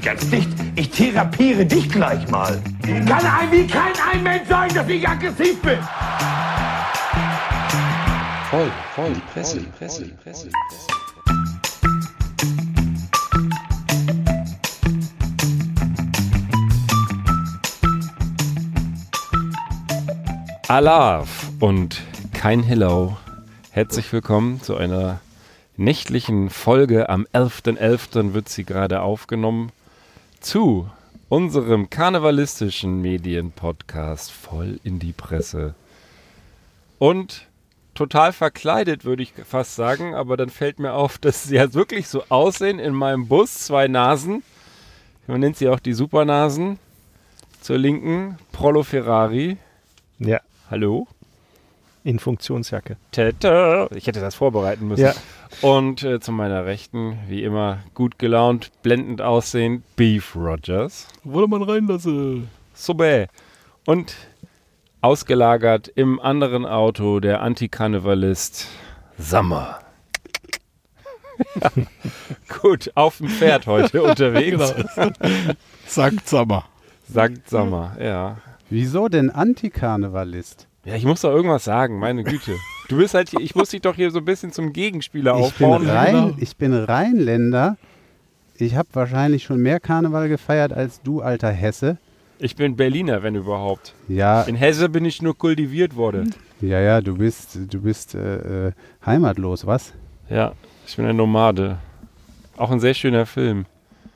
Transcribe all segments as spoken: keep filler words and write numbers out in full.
ganz dicht. Ich therapiere dich gleich mal. Kann ein wie kein ein Mensch sagen, dass ich aggressiv bin. Voll, voll, die Presse, die Presse, die Presse, die Presse. Alarv und kein Hello. Herzlich willkommen zu einer nächtlichen Folge. Am elften elften wird sie gerade aufgenommen zu unserem karnevalistischen Medienpodcast Voll in die Presse. Und total verkleidet, würde ich fast sagen, aber dann fällt mir auf, dass sie halt wirklich so aussehen in meinem Bus. Zwei Nasen. Man nennt sie auch die Supernasen. Zur Linken Prollo Ferrari. Ja. Hallo. In Funktionsjacke. Tata. Ich hätte das vorbereiten müssen. Ja. Und äh, zu meiner Rechten, wie immer, gut gelaunt, blendend aussehend, Beef Rogers. Wollte man reinlassen. Super. Und ausgelagert im anderen Auto der Antikarnevalist Sammer. Ja. Gut, auf dem Pferd heute unterwegs. Genau. Sagt Sammer. Sagt Sammer, ja. Wieso denn Antikarnevalist? Ja, ich muss doch irgendwas sagen, meine Güte. Du bist halt hier, ich muss dich doch hier so ein bisschen zum Gegenspieler Ich bin, aufbauen. Rhein, ich bin Rheinländer. Ich habe wahrscheinlich schon mehr Karneval gefeiert als du, alter Hesse. Ich bin Berliner, wenn überhaupt. Ja, In Hesse bin ich nur kultiviert worden. ja, ja, du bist, du bist äh, äh, heimatlos, was? Ja, ich bin ein Nomade. Auch ein sehr schöner Film.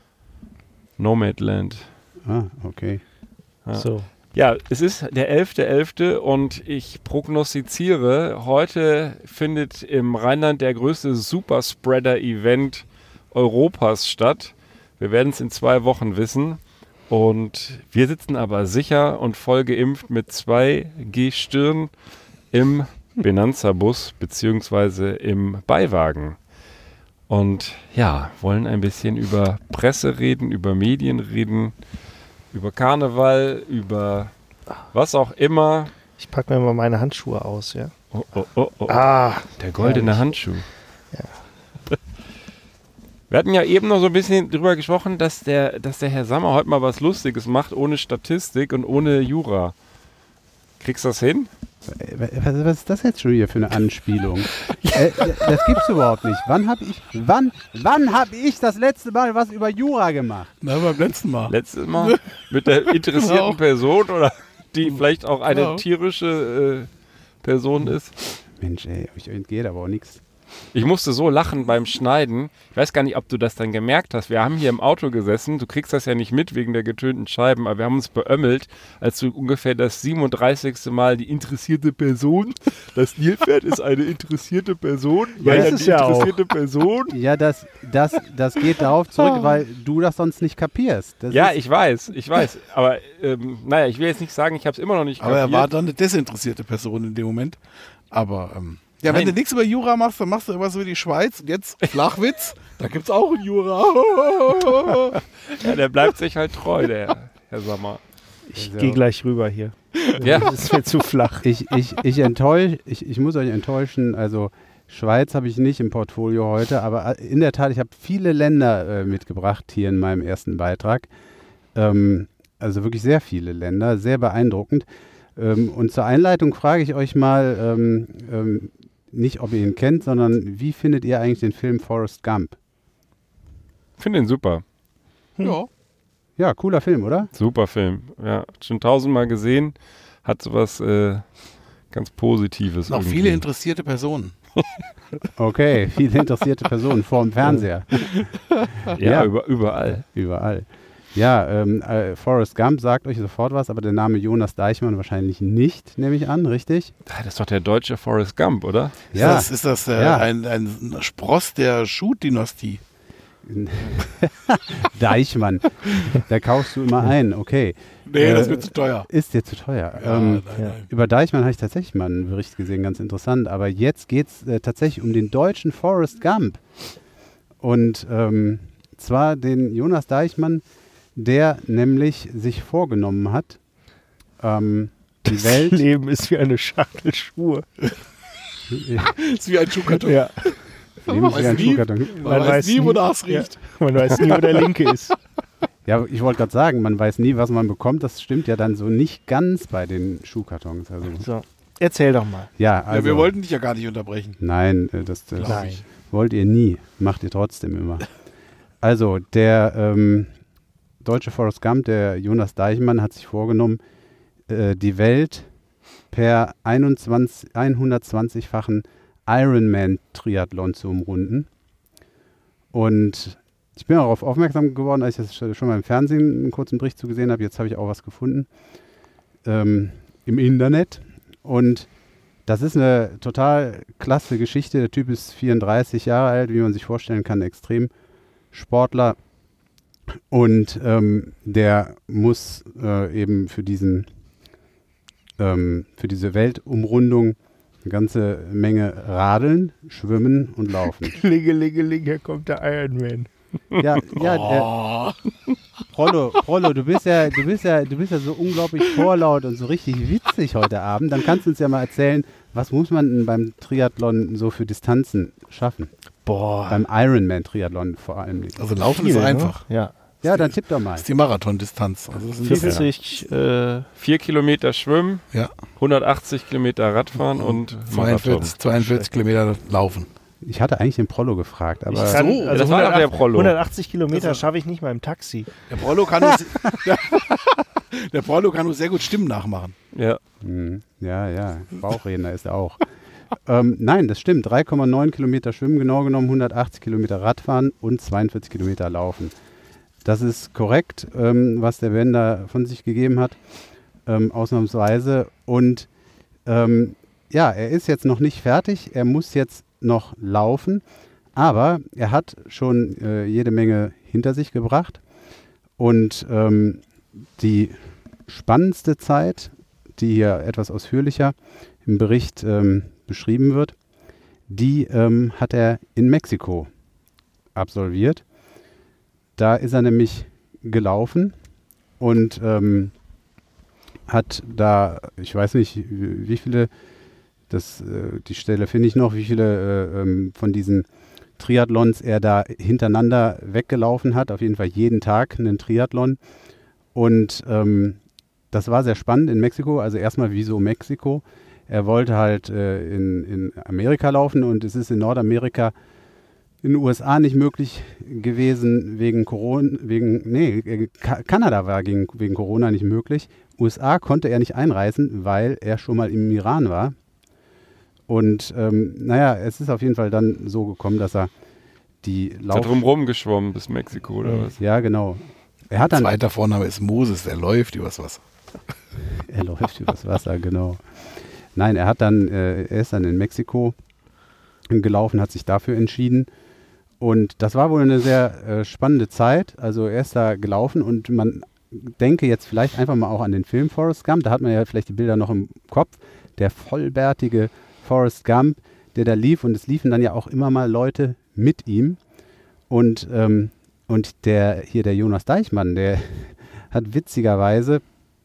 Nomadland. Ah, okay. Ja. So. Ja, es ist der elfte elfte und ich prognostiziere, heute findet im Rheinland der größte Superspreader-Event Europas statt. Wir werden es in zwei Wochen wissen. Und wir sitzen aber sicher und voll geimpft mit zwei G-Stirn im Benanza-Bus beziehungsweise im Beiwagen. Und ja, wollen ein bisschen über Presse reden, über Medien reden, über Karneval, über was auch immer. Ich packe mir mal meine Handschuhe aus, ja. Oh, oh, oh, oh. Ah, Der goldene herrlich. Handschuh. Ja. Wir hatten ja eben noch so ein bisschen drüber gesprochen, dass der, dass der Herr Sammer heute mal was Lustiges macht, ohne Statistik und ohne Jura. Kriegst du das hin? Was, was ist das jetzt schon wieder für eine Anspielung? äh, das gibt's überhaupt nicht. Wann habe ich, wann, wann habe ich das letzte Mal was über Jura gemacht? Na, beim letzten Mal. Letztes Mal mit der interessierten Genau. Person oder die vielleicht auch eine Genau. tierische äh, Person ist. Mensch, ey, euch entgeht aber auch nichts. Ich musste so lachen beim Schneiden. Ich weiß gar nicht, ob du das dann gemerkt hast. Wir haben hier im Auto gesessen. Du kriegst das ja nicht mit wegen der getönten Scheiben, aber wir haben uns beömmelt, als du ungefähr das siebenunddreißigste Mal die interessierte Person, das Nilpferd ist eine interessierte Person, Ja, weil ist dann es die ja auch. interessierte Person. Ja, das, das, das geht darauf zurück, weil du das sonst nicht kapierst. Das Ja, ist, ich weiß, ich weiß. Aber ähm, naja, ich will jetzt nicht sagen, ich habe es immer noch nicht Aber er kapiert. war dann eine desinteressierte Person in dem Moment. Aber, ähm, ja, Nein. wenn du nichts über Jura machst, dann machst du irgendwas über die Schweiz. Und jetzt Flachwitz, da gibt's auch einen Jura. Ja, der bleibt sich halt treu, der Herr Sammer. Ich Also- gehe gleich rüber hier. Ja. Das ist mir zu flach. Ich, ich, ich, enttäusch, ich, ich muss euch enttäuschen, also Schweiz habe ich nicht im Portfolio heute, aber in der Tat, ich habe viele Länder äh, mitgebracht hier in meinem ersten Beitrag. Ähm, also wirklich sehr viele Länder, sehr beeindruckend. Ähm, und zur Einleitung frage ich euch mal, ähm, ähm, nicht ob ihr ihn kennt, sondern wie findet ihr eigentlich den Film Forrest Gump? Finde ihn super. Ja. Ja, cooler Film, oder? Super Film. Ja, schon tausendmal gesehen. Hat sowas äh, ganz Positives. Noch irgendwie. viele interessierte Personen. Okay, viele interessierte Personen vor dem Fernseher. Ja, Ja. Über, überall. Überall. Ja, ähm, äh, Forrest Gump sagt euch sofort was, aber der Name Jonas Deichmann wahrscheinlich nicht, nehme ich an, richtig? Ah, Das ist doch der deutsche Forrest Gump, oder? Ist Ja. das, ist das äh, Ja. ein, ein Spross der Shoot-Dynastie? Deichmann. Da kaufst du immer ein, okay. Nee, Äh, das wird zu teuer. Ist dir zu teuer. Ja, ähm, nein, nein. Über Deichmann habe ich tatsächlich mal einen Bericht gesehen, ganz interessant. Aber jetzt geht es äh, tatsächlich um den deutschen Forrest Gump. Und ähm, zwar den Jonas Deichmann, der nämlich sich vorgenommen hat, ähm, die Das Welt... Leben ist wie eine Schachtel Schuhe. ist wie ein Schuhkarton. Ja. Leben Man ist wie weiß ein nie, Schuhkarton. man weiß nie, wonach es ja, riecht. man weiß nie, wo der linke ist. Ja, ich wollte gerade sagen, man weiß nie, was man bekommt. Das stimmt ja dann so nicht ganz bei den Schuhkartons. Also, So, erzähl doch mal. ja, also, ja, wir wollten dich ja gar nicht unterbrechen. Nein, äh, das, das Nein. wollt ihr nie. Macht ihr trotzdem immer. Also, der ähm, deutsche Forrest Gump, der Jonas Deichmann, hat sich vorgenommen, äh, die Welt per einundzwanzig hundertzwanzig-fachen Ironman-Triathlon zu umrunden. Und ich bin darauf aufmerksam geworden, als ich das schon mal im Fernsehen einen kurzen Bericht zu gesehen habe. Jetzt habe ich auch was gefunden ähm, im Internet. Und das ist eine total klasse Geschichte. Der Typ ist vierunddreißig Jahre alt, wie man sich vorstellen kann, Extremsportler. Und ähm, der muss äh, eben für diesen ähm, für diese Weltumrundung eine ganze Menge radeln, schwimmen und laufen. Lingelingeling, hier kommt der Ironman. Ja, ja, Oh. der, Prollo, Prollo, du bist ja, du bist ja, du bist ja so unglaublich vorlaut und so richtig witzig heute Abend. Dann kannst du uns ja mal erzählen, was muss man denn beim Triathlon so für Distanzen schaffen? Boah. Beim Ironman-Triathlon vor allem. Also Laufen Viel, ist ne? einfach. Ja. Ja, dann tipp doch mal. Das ist die Marathondistanz. Also das sind das, vierzig, äh, Vier Kilometer schwimmen, ja, hundertachtzig Kilometer Radfahren und Marathon. zweiundvierzig, zweiundvierzig Kilometer laufen. Ich hatte eigentlich den Prollo gefragt, aber Ich kann- also das war doch der hundertachtzig Prollo. hundertachtzig Kilometer schaffe ich nicht mal im Taxi. Der Prollo kann nur, der, der Prollo kann nur sehr gut Stimmen nachmachen. Ja. Hm, ja, ja, Bauchredner ist er auch. ähm, nein, das stimmt. drei Komma neun Kilometer schwimmen, genau genommen hundertachtzig Kilometer Radfahren und zweiundvierzig Kilometer laufen. Das ist korrekt, ähm, was der Ben da von sich gegeben hat, ähm, ausnahmsweise. Und ähm, ja, er ist jetzt noch nicht fertig. Er muss jetzt noch laufen, aber er hat schon äh, jede Menge hinter sich gebracht. Und ähm, die spannendste Zeit, die hier etwas ausführlicher im Bericht ähm, beschrieben wird, die ähm, hat er in Mexiko absolviert. Da ist er nämlich gelaufen und ähm, hat da, ich weiß nicht, wie wie viele, das, äh, die Stelle finde ich noch, wie viele äh, ähm, von diesen Triathlons er da hintereinander weggelaufen hat. Auf jeden Fall jeden Tag einen Triathlon. Und ähm, das war sehr spannend in Mexiko. Also erstmal, wieso Mexiko? Er wollte halt äh, in, in Amerika laufen und es ist in Nordamerika, in den U S A nicht möglich gewesen wegen Corona, wegen, nee, äh, Ka- Kanada war gegen, wegen Corona nicht möglich. U S A konnte er nicht einreisen, weil er schon mal im Iran war. Und ähm, naja, es ist auf jeden Fall dann so gekommen, dass er die Ist er Lauf... drumherum geschwommen bis Mexiko oder was? Ja, genau. Er hat dann... Zweiter Vorname ist Moses, der läuft übers Wasser. Er läuft übers Wasser, genau. Nein, er hat dann, äh, er ist dann in Mexiko gelaufen, hat sich dafür entschieden. Und das war wohl eine sehr äh, spannende Zeit. Also er ist da gelaufen und man denke jetzt vielleicht einfach mal auch an den Film Forrest Gump. Da hat man ja vielleicht die Bilder noch im Kopf. Der vollbärtige Forrest Gump, der da lief. Und es liefen dann ja auch immer mal Leute mit ihm. Und, ähm, und der hier, der Jonas Deichmann, der hat witzigerweise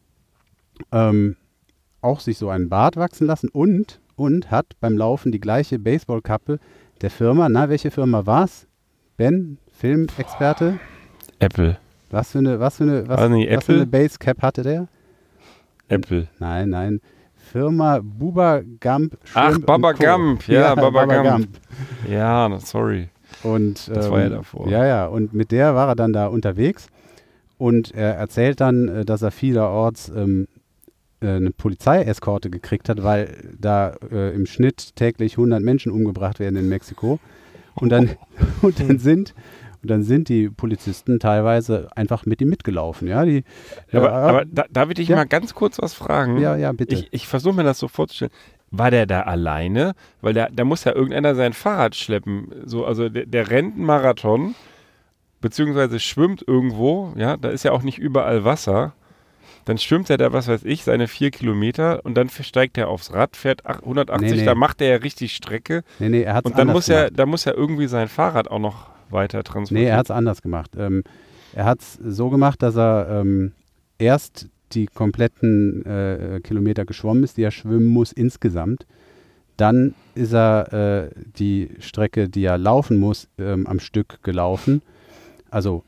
ähm, auch sich so einen Bart wachsen lassen und, und hat beim Laufen die gleiche Baseballkappe der Firma. Na, welche Firma war's? Ben, Filmexperte? Apple. Was für eine, was für eine, was, Ah, nee, was für Apple? eine Basecap hatte der? Apple. Nein, nein. Firma Bubba Gump. Ach, Shrimp Baba und Co. Gump. Ja, Baba Gump. Ja, na, sorry. Und, Das ähm, war ja davor. Ja, ja. Und mit der war er dann da unterwegs. Und er erzählt dann, äh, dass er vielerorts ähm, äh, eine Polizeieskorte gekriegt hat, weil da äh, im Schnitt täglich hundert Menschen umgebracht werden in Mexiko. Und dann, und dann sind und dann sind die Polizisten teilweise einfach mit ihm mitgelaufen. Ja, die, ja, aber aber da, darf ich dich Ja. mal ganz kurz was fragen? ja, ja, bitte. Ich, ich versuche mir das so vorzustellen. War der da alleine? Weil da, da muss ja irgendeiner sein Fahrrad schleppen. So, also der, der rennt einen Marathon, beziehungsweise schwimmt irgendwo. Ja, da ist ja auch nicht überall Wasser. Dann schwimmt er da, was weiß ich, seine vier Kilometer und dann steigt er aufs Rad, fährt ach- hundertachtzig, Nee, nee. da macht er ja richtig Strecke. nee, nee, er hat es Und dann anders muss er, gemacht. da muss er irgendwie sein Fahrrad auch noch weiter transportieren. Nee, er hat es anders gemacht. Ähm, er hat es so gemacht, dass er ähm, erst die kompletten äh, Kilometer geschwommen ist, die er schwimmen muss insgesamt. Dann ist er äh, die Strecke, die er laufen muss, ähm, am Stück gelaufen. Also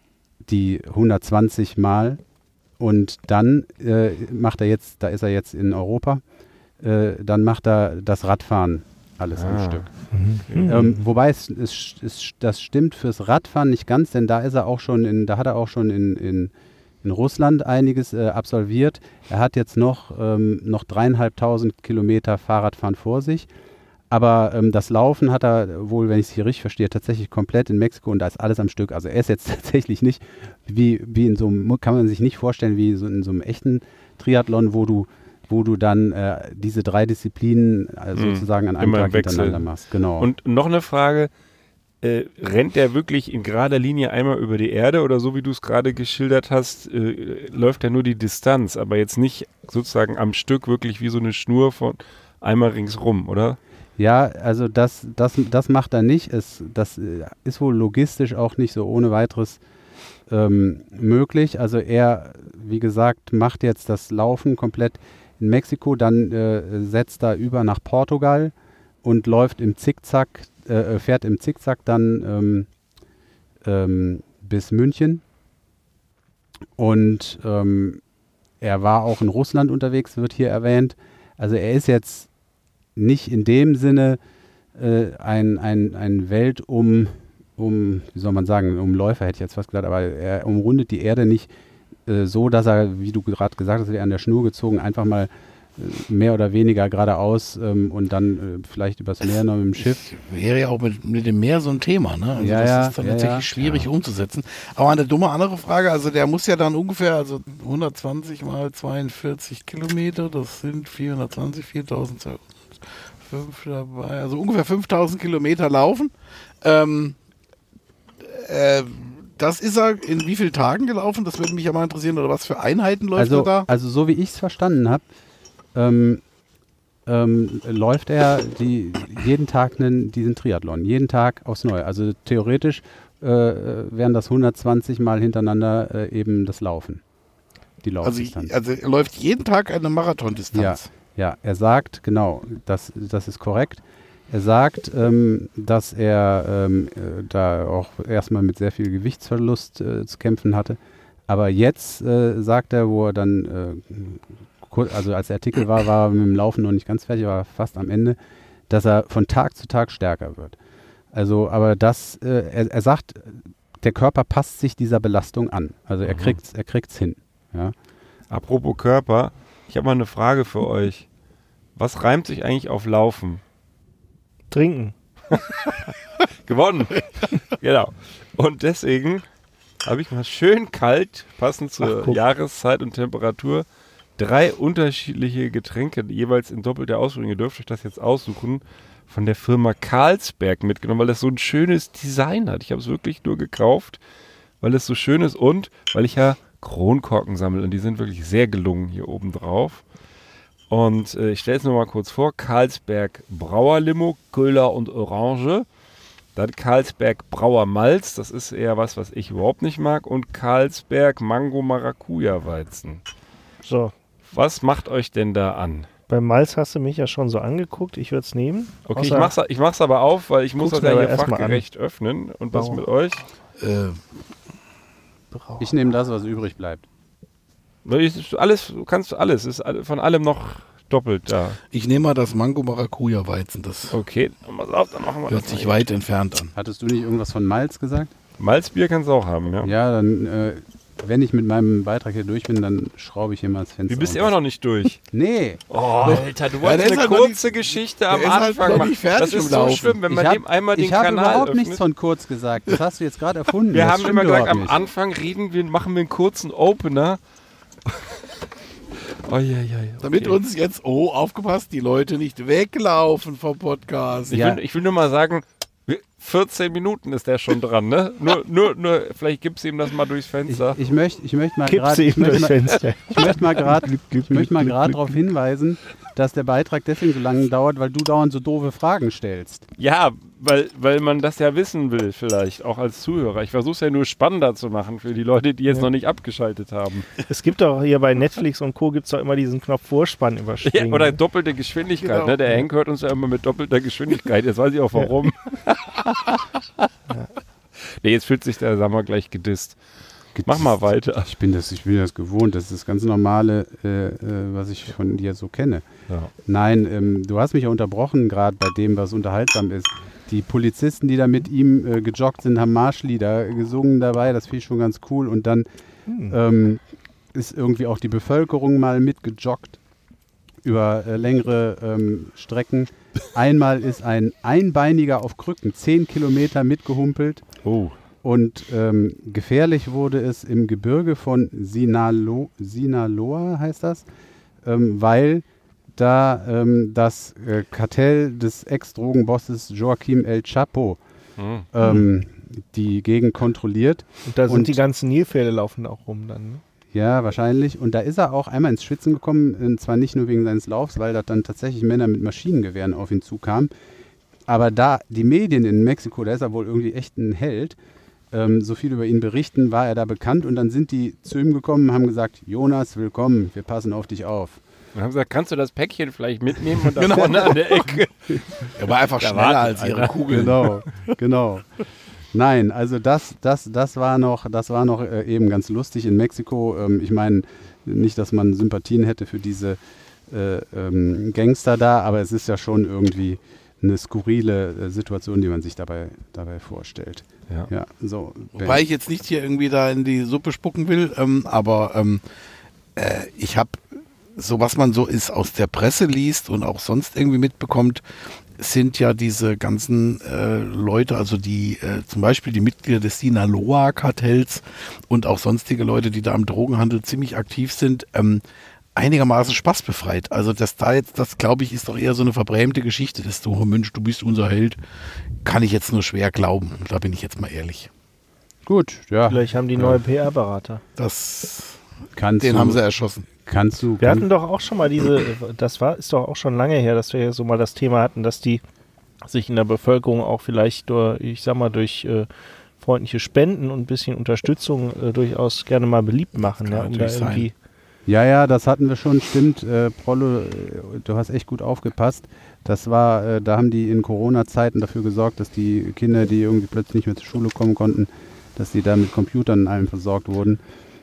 die hundertzwanzig Mal. Und dann äh, macht er jetzt, da ist er jetzt in Europa, äh, dann macht er das Radfahren alles am Ah. Stück. Mhm. Ähm, wobei es, es, es, das stimmt fürs Radfahren nicht ganz, denn da ist er auch schon in, da hat er auch schon in, in, in Russland einiges äh, absolviert. Er hat jetzt noch, ähm, noch dreieinhalbtausend Kilometer Fahrradfahren vor sich. Aber ähm, das Laufen hat er wohl, wenn ich es hier richtig verstehe, tatsächlich komplett in Mexiko und da ist alles am Stück. Also er ist jetzt tatsächlich nicht, wie, wie in so einem, kann man sich nicht vorstellen, wie so in so einem echten Triathlon, wo du, wo du dann äh, diese drei Disziplinen äh, Mhm. sozusagen an einem Immer im Tag Wechsel. hintereinander machst. Genau. Und noch eine Frage, äh, rennt der wirklich in gerader Linie einmal über die Erde oder so wie du es gerade geschildert hast, äh, läuft er nur die Distanz, aber jetzt nicht sozusagen am Stück wirklich wie so eine Schnur von einmal ringsrum, oder? Ja, also das, das, das macht er nicht. Es, das äh, ist wohl logistisch auch nicht so ohne weiteres ähm, möglich. Also er, wie gesagt, macht jetzt das Laufen komplett in Mexiko, dann äh, setzt er über nach Portugal und läuft im Zickzack, äh, fährt im Zickzack dann ähm, ähm, bis München. Und ähm, er war auch in Russland unterwegs, wird hier erwähnt. Also er ist jetzt nicht in dem Sinne äh, ein, ein, ein Weltum, um, wie soll man sagen, Umläufer hätte ich jetzt fast gesagt, aber er umrundet die Erde nicht äh, so, dass er, wie du gerade gesagt hast, an der Schnur gezogen, einfach mal äh, mehr oder weniger geradeaus ähm, und dann äh, vielleicht übers Meer noch mit dem Schiff. Das wäre ja auch mit, mit dem Meer so ein Thema, ne? Also Ja, das ja, ist dann ja, tatsächlich ja. schwierig umzusetzen. Aber eine dumme andere Frage, also der muss ja dann ungefähr, also hundertzwanzig mal zweiundvierzig Kilometer, das sind vierhundertzwanzig, viertausendfünf dabei, also ungefähr fünftausend Kilometer laufen. Ähm, äh, das ist er in wie vielen Tagen gelaufen? Das würde mich ja mal interessieren. Oder was für Einheiten läuft Also, er da? also so wie ich es verstanden habe, ähm, ähm, läuft er die, jeden Tag einen, diesen Triathlon, jeden Tag aufs Neue. Also theoretisch äh, wären das hundertzwanzig Mal hintereinander äh, eben das Laufen, die Also, Laufdistanz. also er läuft jeden Tag eine Marathondistanz. Ja, er sagt, genau, das, das ist korrekt. Er sagt, ähm, dass er ähm, äh, da auch erstmal mit sehr viel Gewichtsverlust äh, zu kämpfen hatte. Aber jetzt äh, sagt er, wo er dann, äh, kur- also als der Artikel war, war er mit dem Laufen noch nicht ganz fertig, war fast am Ende, dass er von Tag zu Tag stärker wird. Also, aber das, äh, er, er sagt, der Körper passt sich dieser Belastung an. Also er Mhm. kriegt's, er kriegt's hin. Ja. Apropos Körper, ich habe mal eine Frage für euch. Was reimt sich eigentlich auf Laufen? Trinken. Gewonnen. Genau. Und deswegen habe ich mal schön kalt, passend zur Ach, guck. Jahreszeit und Temperatur, drei unterschiedliche Getränke, jeweils in doppelter Ausführung. Ihr dürft euch das jetzt aussuchen, von der Firma Carlsberg mitgenommen, weil das so ein schönes Design hat. Ich habe es wirklich nur gekauft, weil es so schön ist und weil ich ja Kronkorken sammle und die sind wirklich sehr gelungen hier oben drauf. Und äh, ich stelle es nur mal kurz vor, Carlsberg Brauerlimo, Köhler und Orange. Dann Carlsberg Brauer Malz, das ist eher was, was ich überhaupt nicht mag. Und Carlsberg Mango Maracuja Weizen. So, Was macht euch denn da an? beim Malz hast du mich ja schon so angeguckt. Ich würde es nehmen. Okay, ich Außer- mach's, ich mach's aber auf, weil ich muss Guck's das ja mir hier aber erst mal an. fachgerecht öffnen. Und was Warum? mit euch? Äh, Brauer. Ich nehme das, was übrig bleibt. Weil ich- Alles, du kannst alles, ist alle- von allem noch doppelt da. ich nehme mal das Mango Maracuja Weizen. Das Okay, dann pass auf, dann machen wir hört das sich mal. weit entfernt an. Hattest du nicht irgendwas von Malz gesagt? Malzbier kannst du auch haben, ja. Ja, dann, äh, wenn ich mit meinem Beitrag hier durch bin, dann schraube ich hier mal das Fenster. Du bist runter. immer noch nicht durch. Nee. Oh, Alter, du Ja, wolltest der ist eine halt noch kurze Geschichte am der ist halt Anfang noch machen. nicht fertig Das ist im so Laufen. schlimm, wenn man ich dem einmal den ich habe Kanal überhaupt öffnet. nichts von kurz gesagt. Das hast du jetzt gerade erfunden. Wir das haben stimmt immer gesagt, überhaupt am nicht. Anfang reden wir, machen wir einen kurzen Opener. Oh, ja, ja, ja. Damit okay. uns jetzt, oh, aufgepasst, die Leute nicht weglaufen vom Podcast. Ich, Ja. will, ich will nur mal sagen, wir- vierzehn Minuten ist der schon dran, ne? Nur, nur, nur vielleicht gibst du ihm das mal durchs Ich, Fenster. ich möchte ich möcht mal Kipp gerade sie ich ihm möcht durchs mal, Fenster. ich möcht mal gerade Glück, Glück, ich möcht mal Glück, gerade Glück, darauf hinweisen, dass der Beitrag deswegen so lange dauert, weil du dauernd so doofe Fragen stellst. Ja, weil, weil man das ja wissen will, vielleicht, auch als Zuhörer. Ich versuche es ja nur spannender zu machen für die Leute, die jetzt noch nicht abgeschaltet haben. Es gibt doch hier bei Netflix und Co. gibt es doch immer diesen Knopf Vorspann Ja, überspringen. oder doppelte Geschwindigkeit, Genau. ne? Der Henk hört uns ja immer mit doppelter Geschwindigkeit. Jetzt weiß ich auch warum. Nee, jetzt fühlt sich der Sammer gleich gedisst. Mach mal weiter. Ich bin das, ich bin das gewohnt. Das ist das ganz Normale, äh, äh, was ich von dir so kenne. Ja. Nein, ähm, du hast mich ja unterbrochen, gerade bei dem, was unterhaltsam ist. Die Polizisten, die da mit ihm äh, gejoggt sind, haben Marschlieder gesungen dabei. Das finde ich schon ganz cool. Und dann hm. ähm, ist irgendwie auch die Bevölkerung mal mitgejoggt über äh, längere ähm, Strecken. Einmal ist ein Einbeiniger auf Krücken zehn Kilometer mitgehumpelt. Oh. Und ähm, gefährlich wurde es im Gebirge von Sinalo, Sinaloa, heißt das, ähm, weil da ähm, das äh, Kartell des Ex-Drogenbosses Joaquim El Chapo mhm. ähm, die Gegend kontrolliert. Und da sind und, die ganzen Nilpferde laufen auch rum dann, ne? Ja, wahrscheinlich. Und da ist er auch einmal ins Schwitzen gekommen, und zwar nicht nur wegen seines Laufs, weil da dann tatsächlich Männer mit Maschinengewehren auf ihn zukamen. Aber da die Medien in Mexiko, da ist er wohl irgendwie echt ein Held, ähm, so viel über ihn berichten, war er da bekannt. Und dann sind die zu ihm gekommen und haben gesagt, Jonas, willkommen, wir passen auf dich auf. Und haben gesagt, kannst du das Päckchen vielleicht mitnehmen und da vorne an der Ecke. Er war einfach schneller als ihre Kugel. Genau, genau. Nein, also das, das, das war noch, das war noch äh, eben ganz lustig in Mexiko. Ähm, ich meine, nicht, dass man Sympathien hätte für diese äh, ähm, Gangster da, aber es ist ja schon irgendwie eine skurrile äh, Situation, die man sich dabei, dabei vorstellt. Ja. Ja, so, Wobei ich jetzt nicht hier irgendwie da in die Suppe spucken will, ähm, aber ähm, äh, ich habe, so was man so ist aus der Presse liest und auch sonst irgendwie mitbekommt, sind ja diese ganzen äh, Leute, also die äh, zum Beispiel die Mitglieder des Sinaloa-Kartells und auch sonstige Leute, die da am Drogenhandel ziemlich aktiv sind, ähm, einigermaßen spaßbefreit. Also das da jetzt, das glaube ich, ist doch eher so eine verbrämte Geschichte, dass du, oh Mensch, du bist unser Held, kann ich jetzt nur schwer glauben. Da bin ich jetzt mal ehrlich. Gut, ja. Vielleicht haben die neue P R-Berater. Das, Kannst den du, haben sie erschossen. Kannst du. Wir Kann, hatten doch auch schon mal diese, das war, ist doch auch schon lange her, dass wir so mal das Thema hatten, dass die sich in der Bevölkerung auch vielleicht durch, ich sag mal, durch äh, freundliche Spenden und ein bisschen Unterstützung äh, durchaus gerne mal beliebt machen. Ja, um da irgendwie ja, ja, das hatten wir schon, stimmt. Äh, Prollo, äh, du hast echt gut aufgepasst. Das war, äh, da haben die in Corona-Zeiten dafür gesorgt, dass die Kinder, die irgendwie plötzlich nicht mehr zur Schule kommen konnten, dass die da mit Computern und allem versorgt wurden.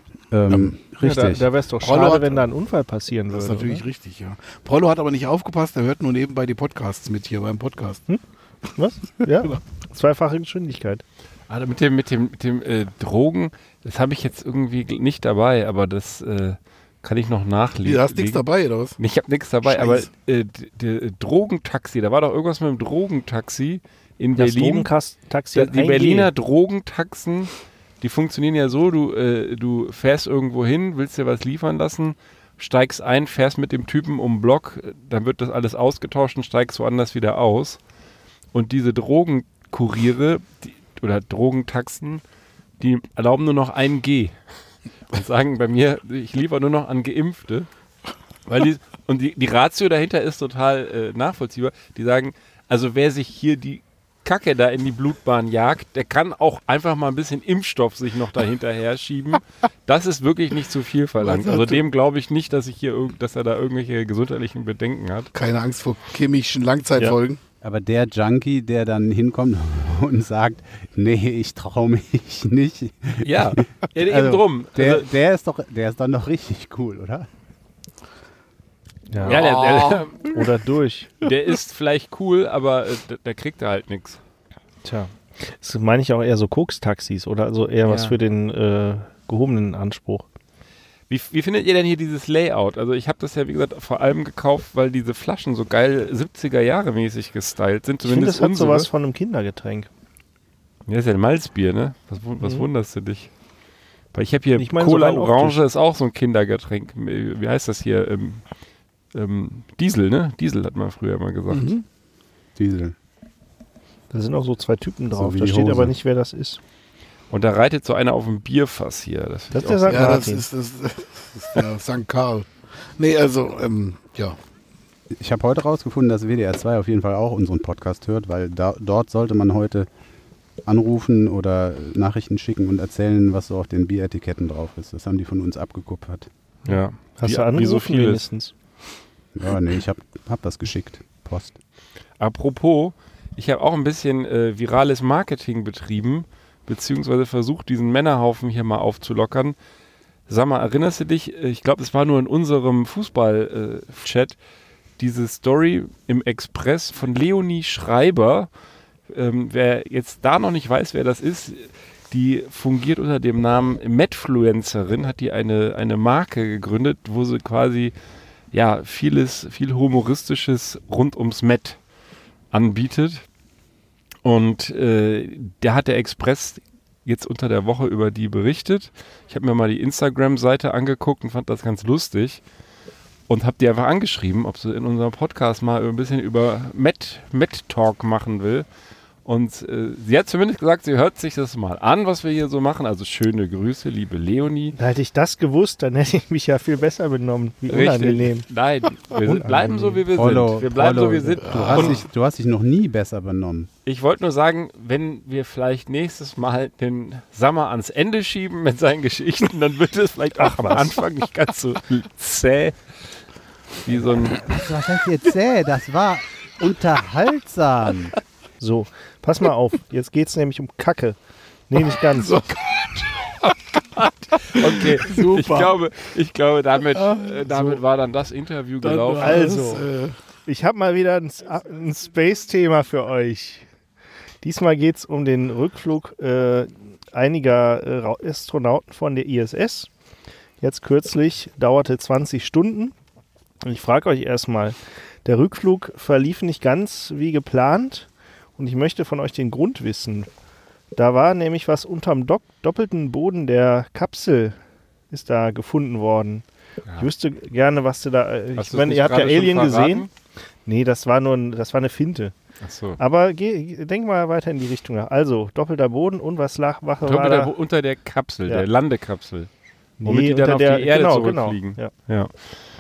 Ähm, ja, richtig. Da, da wäre es doch Prollo schade, hat, wenn da ein Unfall passieren würde. Das ist natürlich oder? richtig, ja. Prollo hat aber nicht aufgepasst, er hört nur nebenbei die Podcasts mit hier beim Podcast. Hm? Was? Ja, zweifache Geschwindigkeit. Also mit dem, mit dem, mit dem äh, Drogen, das habe ich jetzt irgendwie nicht dabei, aber das äh, kann ich noch nachlesen. Du hast nichts dabei, oder was? Ich habe nichts dabei, Scheiße. aber äh, der Drogentaxi, da war doch irgendwas mit dem Drogentaxi in Das Berlin. Drogentaxi Da, hat die ein Berliner G. Drogentaxen, die funktionieren ja so, du, äh, du fährst irgendwo hin, willst dir was liefern lassen, steigst ein, fährst mit dem Typen um den Block, dann wird das alles ausgetauscht und steigst woanders wieder aus. Und diese Drogenkuriere die, oder Drogentaxen, die erlauben nur noch ein G. Und sagen bei mir, ich liefere nur noch an Geimpfte. Weil die, und die, die Ratio dahinter ist total äh, nachvollziehbar. Die sagen, also wer sich hier die Kacke da in die Blutbahn jagt, der kann auch einfach mal ein bisschen Impfstoff sich noch dahinter her schieben. Das ist wirklich nicht zu viel verlangt. Also dem glaube ich nicht, dass ich hier irg- dass er da irgendwelche gesundheitlichen Bedenken hat. Keine Angst vor chemischen Langzeitfolgen. Ja. Aber der Junkie, der dann hinkommt und sagt, nee, ich traue mich nicht. Ja, ja eben Also, drum. Der, Also, der, ist doch, der ist dann doch richtig cool, oder? Ja. ja, der, der, Oder durch. der ist vielleicht cool, aber äh, der, der kriegt da halt nichts. Tja. Das meine ich auch eher so Koks-Taxis oder also eher was Ja. für den äh, gehobenen Anspruch. Wie, wie findet ihr denn hier dieses Layout? Also ich habe das ja, wie gesagt, vor allem gekauft, weil diese Flaschen so geil siebziger Jahre mäßig gestylt sind. Ich finde, Zumindest das hat unsere. sowas von einem Kindergetränk. Ja, ist ja ein Malzbier, ne? Was, wu- was Mhm. wunderst du dich? Weil ich habe hier Ich meine, so Cola rein Orange optisch. ist auch so ein Kindergetränk. Wie heißt das hier? Ähm, ähm, Diesel, ne? Diesel hat man früher mal gesagt. Mhm. Diesel. Da sind auch so zwei Typen So drauf. wie da die steht Hose. aber nicht, wer das ist. Und da reitet so einer auf dem Bierfass hier. Das, find Das ich ist auch der sehr- Ja, das Martin. ist, das, das ist der Sankt Karl. Nee, also, ähm, ja. Ich habe heute rausgefunden, dass W D R zwei auf jeden Fall auch unseren Podcast hört, weil da, dort sollte man heute anrufen oder Nachrichten schicken und erzählen, was so auf den Bieretiketten drauf ist. Das haben die von uns abgekupfert. ja. Hast wie, du angerufen wie so vieles. wenigstens? Ja, nee, ich habe hab das geschickt. Post. Apropos, ich habe auch ein bisschen äh, virales Marketing betrieben beziehungsweise versucht, diesen Männerhaufen hier mal aufzulockern. Sag mal, erinnerst du dich, ich glaube, es war nur in unserem Fußball-Chat, diese Story im Express von Leonie Schreiber. Ähm, wer jetzt da noch nicht weiß, wer das ist, die fungiert unter dem Namen Medfluencerin, hat die eine, eine Marke gegründet, wo sie quasi ja vieles, viel Humoristisches rund ums Met anbietet. Und äh, der hat der Express jetzt unter der Woche über die berichtet. Ich habe mir mal die Instagram-Seite angeguckt und fand das ganz lustig. Und habe die einfach angeschrieben, ob sie in unserem Podcast mal ein bisschen über Met, Met-Talk machen will. Und äh, sie hat zumindest gesagt, sie hört sich das mal an, was wir hier so machen. Also schöne Grüße, liebe Leonie. Da hätte ich das gewusst, dann hätte ich mich ja viel besser benommen. Wie unangenehm. Richtig. Nein, wir sind, bleiben so, wie wir Follow, sind. Wir bleiben follow. so, wie wir sind. Du hast, dich, du hast dich noch nie besser benommen. Ich wollte nur sagen, wenn wir vielleicht nächstes Mal den Sammer ans Ende schieben mit seinen Geschichten, dann wird es vielleicht auch am Anfang nicht ganz so zäh wie so ein... Was heißt jetzt zäh? Das war unterhaltsam. So, pass mal auf. Jetzt geht es nämlich um Kacke. Nee, nicht ganz. Oh Gott. Okay, super. Ich glaube, ich glaube damit, äh, damit so. war dann das Interview dann gelaufen. Also, ich habe mal wieder ein, ein Space-Thema für euch. Diesmal geht es um den Rückflug äh, einiger äh, Astronauten von der I S S. Jetzt kürzlich dauerte zwanzig Stunden. Und ich frage euch erstmal, der Rückflug verlief nicht ganz wie geplant. Und ich möchte von euch den Grund wissen. Da war nämlich was unterm Do- doppelten Boden der Kapsel ist da gefunden worden. Ja. Ich wüsste gerne, was du da... Äh, ich meine, ihr habt ja Alien gesehen. Nee, das war nur ein, das war eine Finte. Ach so. Aber geh, denk mal weiter in die Richtung nach. Also, doppelter Boden und was lag, Wache war da? Bo- unter der Kapsel, ja. der Landekapsel. Womit Nee, die dann auf der, die Erde genau, zurückfliegen. Genau, ja. Ja.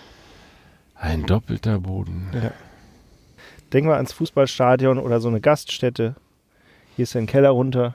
Ein doppelter Boden. Ja. Denk mal ans Fußballstadion oder so eine Gaststätte. Hier ist ein Keller runter.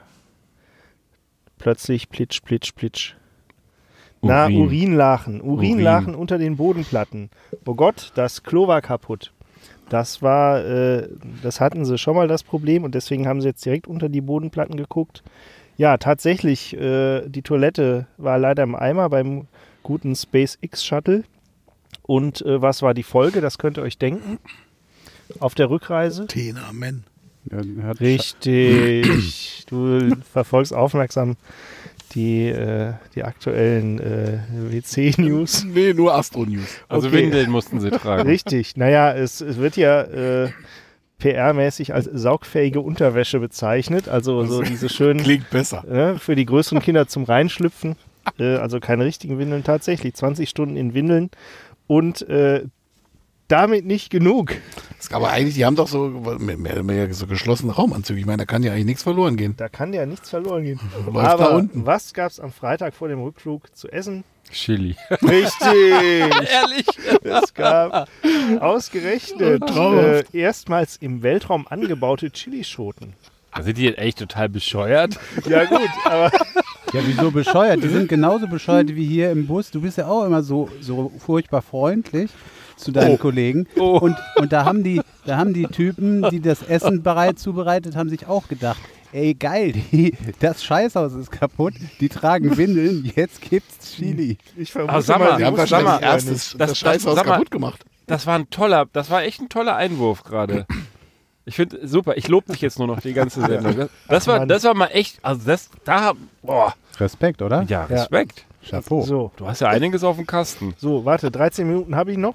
Plötzlich plitsch, plitsch, plitsch. Na, Urin. Urinlachen. Urinlachen Urin. unter den Bodenplatten. Oh Gott, das Klo war kaputt. Das war, äh, das hatten sie schon mal das Problem und deswegen haben sie jetzt direkt unter die Bodenplatten geguckt. Ja, tatsächlich, äh, die Toilette war leider im Eimer beim guten SpaceX Shuttle. Und äh, was war die Folge? Das könnt ihr euch denken. Auf der Rückreise. Tenamen. Ja, hat Richtig. Du verfolgst aufmerksam die, äh, die aktuellen äh, W C-News. Nee, nur Astro-News. Also Okay. Windeln mussten sie tragen. Richtig. Naja, es, es wird ja äh, P R-mäßig als saugfähige Unterwäsche bezeichnet. Also so diese schönen Klingt besser. äh, für die größeren Kinder zum Reinschlüpfen. Äh, also keine richtigen Windeln tatsächlich. zwanzig Stunden in Windeln. Und äh, damit nicht genug. Aber eigentlich, die haben doch so, mehr, mehr, mehr so geschlossene Raumanzüge. Ich meine, da kann ja eigentlich nichts verloren gehen. Da kann ja nichts verloren gehen. Läuft Aber da unten. was gab es am Freitag vor dem Rückflug zu essen? Chili. Richtig! Ehrlich? Es gab ausgerechnet äh, erstmals im Weltraum angebaute Chilischoten. Sind die jetzt echt total bescheuert? Ja gut, aber Ja, wieso bescheuert? Die sind genauso bescheuert wie hier im Bus. Du bist ja auch immer so, so furchtbar freundlich zu deinen Oh. Kollegen. Oh. Und, und da haben die, da haben die Typen, die das Essen bereit zubereitet haben, sich auch gedacht, ey geil, die, das Scheißhaus ist kaputt, die tragen Windeln, jetzt gibt's Chili. ich vermute Ah, sag mal, mal, Die sie haben wussten sag wahrscheinlich mal, erst nicht. das, das- das Scheißhaus sag mal- kaputt gemacht. Das war ein toller, das war echt ein toller Einwurf gerade. Ich finde, super, ich lobe dich jetzt nur noch die ganze Sendung. Das, das, war, das war mal echt, also das, da, boah, Respekt, oder? ja, Respekt. Chapeau. So, Du hast ja einiges auf dem Kasten. so, warte, dreizehn Minuten habe ich noch.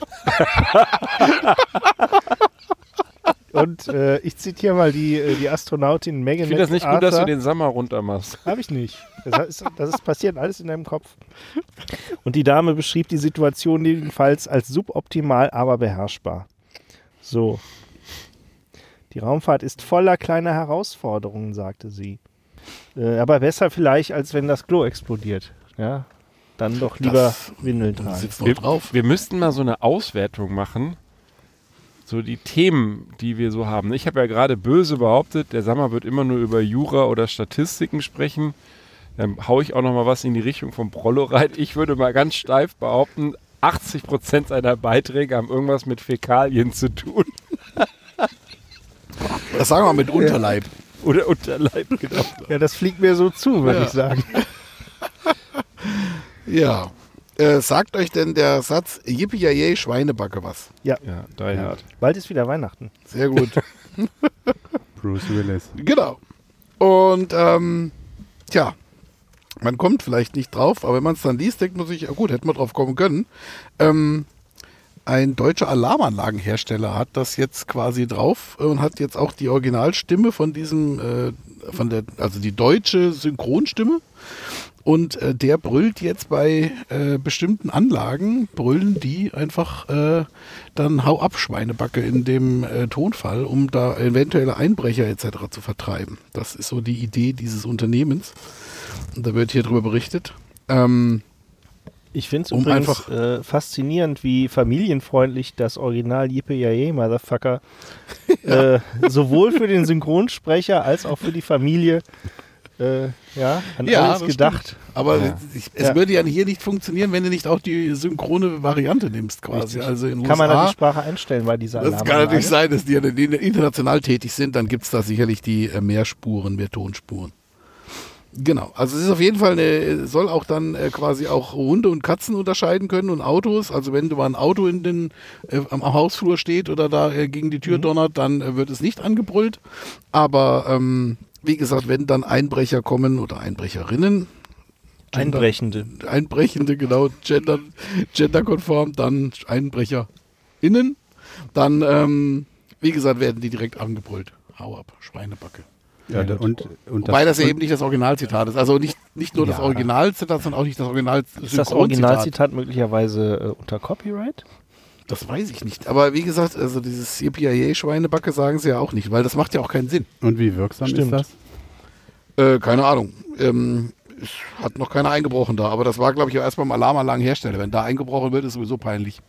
Und äh, ich zitiere mal die, äh, die Astronautin Megan Ich finde das nicht gut, dass du MacArthur. den Sommer runter machst. Habe ich nicht. Das ist, das ist passiert alles in deinem Kopf. Und die Dame beschrieb die Situation jedenfalls als suboptimal, aber beherrschbar. So. Die Raumfahrt ist voller kleiner Herausforderungen, sagte sie. Äh, aber besser vielleicht, als wenn das Klo explodiert. Ja, dann doch lieber Das- Windeln Da tragen. sitzt noch Wir, drauf. wir müssten mal so eine Auswertung machen. So die Themen, die wir so haben. Ich habe ja gerade böse behauptet, der Sammer wird immer nur über Jura oder Statistiken sprechen. Dann haue ich auch noch mal was in die Richtung vom Prollo rein. Ich würde mal ganz steif behaupten, achtzig Prozent seiner Beiträge haben irgendwas mit Fäkalien zu tun. Das sagen wir mit Unterleib. Oder Unterleib, genau. Ja, das fliegt mir so zu, würde Ja. ich sagen. Ja. Äh, sagt euch denn der Satz Yippie Schweinebacke was? Ja, Die Hard. Bald ist wieder Weihnachten. Sehr gut. Bruce Willis. Genau. Und ähm, tja, man kommt vielleicht nicht drauf, aber wenn man es dann liest, denkt man sich, ja gut, hätte man drauf kommen können. Ähm, ein deutscher Alarmanlagenhersteller hat das jetzt quasi drauf und hat jetzt auch die Originalstimme von diesem, äh, von der, also die deutsche Synchronstimme. Und äh, der brüllt jetzt bei äh, bestimmten Anlagen, brüllen die einfach äh, dann Hau ab Schweinebacke in dem äh, Tonfall, um da eventuelle Einbrecher et cetera zu vertreiben. Das ist so die Idee dieses Unternehmens. Und da wird hier drüber berichtet. Ähm, Ich finde es Um übrigens einfach- äh, faszinierend, wie familienfreundlich das Original Yippie Motherfucker äh, sowohl für den Synchronsprecher als auch für die Familie äh, ja, an Ja, alles das gedacht. aber Ja. ich, es Ja. würde ja hier nicht funktionieren, wenn du nicht auch die synchrone Variante nimmst quasi. Richtig. Also in Kann man da U S A, die Sprache einstellen bei dieser das Alarmanlage? kann natürlich sein, dass die ja die international tätig sind, dann gibt es da sicherlich die äh, mehr Spuren, mehr Tonspuren. Genau, also es ist auf jeden Fall eine, soll auch dann äh, quasi auch Hunde und Katzen unterscheiden können und Autos. Also wenn du mal ein Auto in den, äh, am Hausflur steht oder da äh, gegen die Tür Mhm. donnert, dann äh, wird es nicht angebrüllt. Aber ähm, wie gesagt, wenn dann Einbrecher kommen oder Einbrecherinnen, Gender- Einbrechende. Einbrechende, genau, gender, genderkonform, dann EinbrecherInnen, dann, ähm, wie gesagt, werden die direkt angebrüllt. Hau ab, Schweinebacke. Ja, da- und, und Wobei das ja und- eben nicht das Originalzitat ist. Also nicht, nicht nur das Ja. Originalzitat, sondern auch nicht das Original Ist das Originalzitat möglicherweise äh, unter Copyright? Das weiß ich nicht. Aber wie gesagt, also dieses Yippie-Schweinebacke sagen sie ja auch nicht, weil das macht ja auch keinen Sinn. Und wie wirksam Stimmt. ist das? Äh, keine Ahnung. Ähm, es hat noch keiner eingebrochen da, aber das war, glaube ich, auch erst beim Alarmanlagenhersteller. Wenn da eingebrochen wird, ist sowieso peinlich.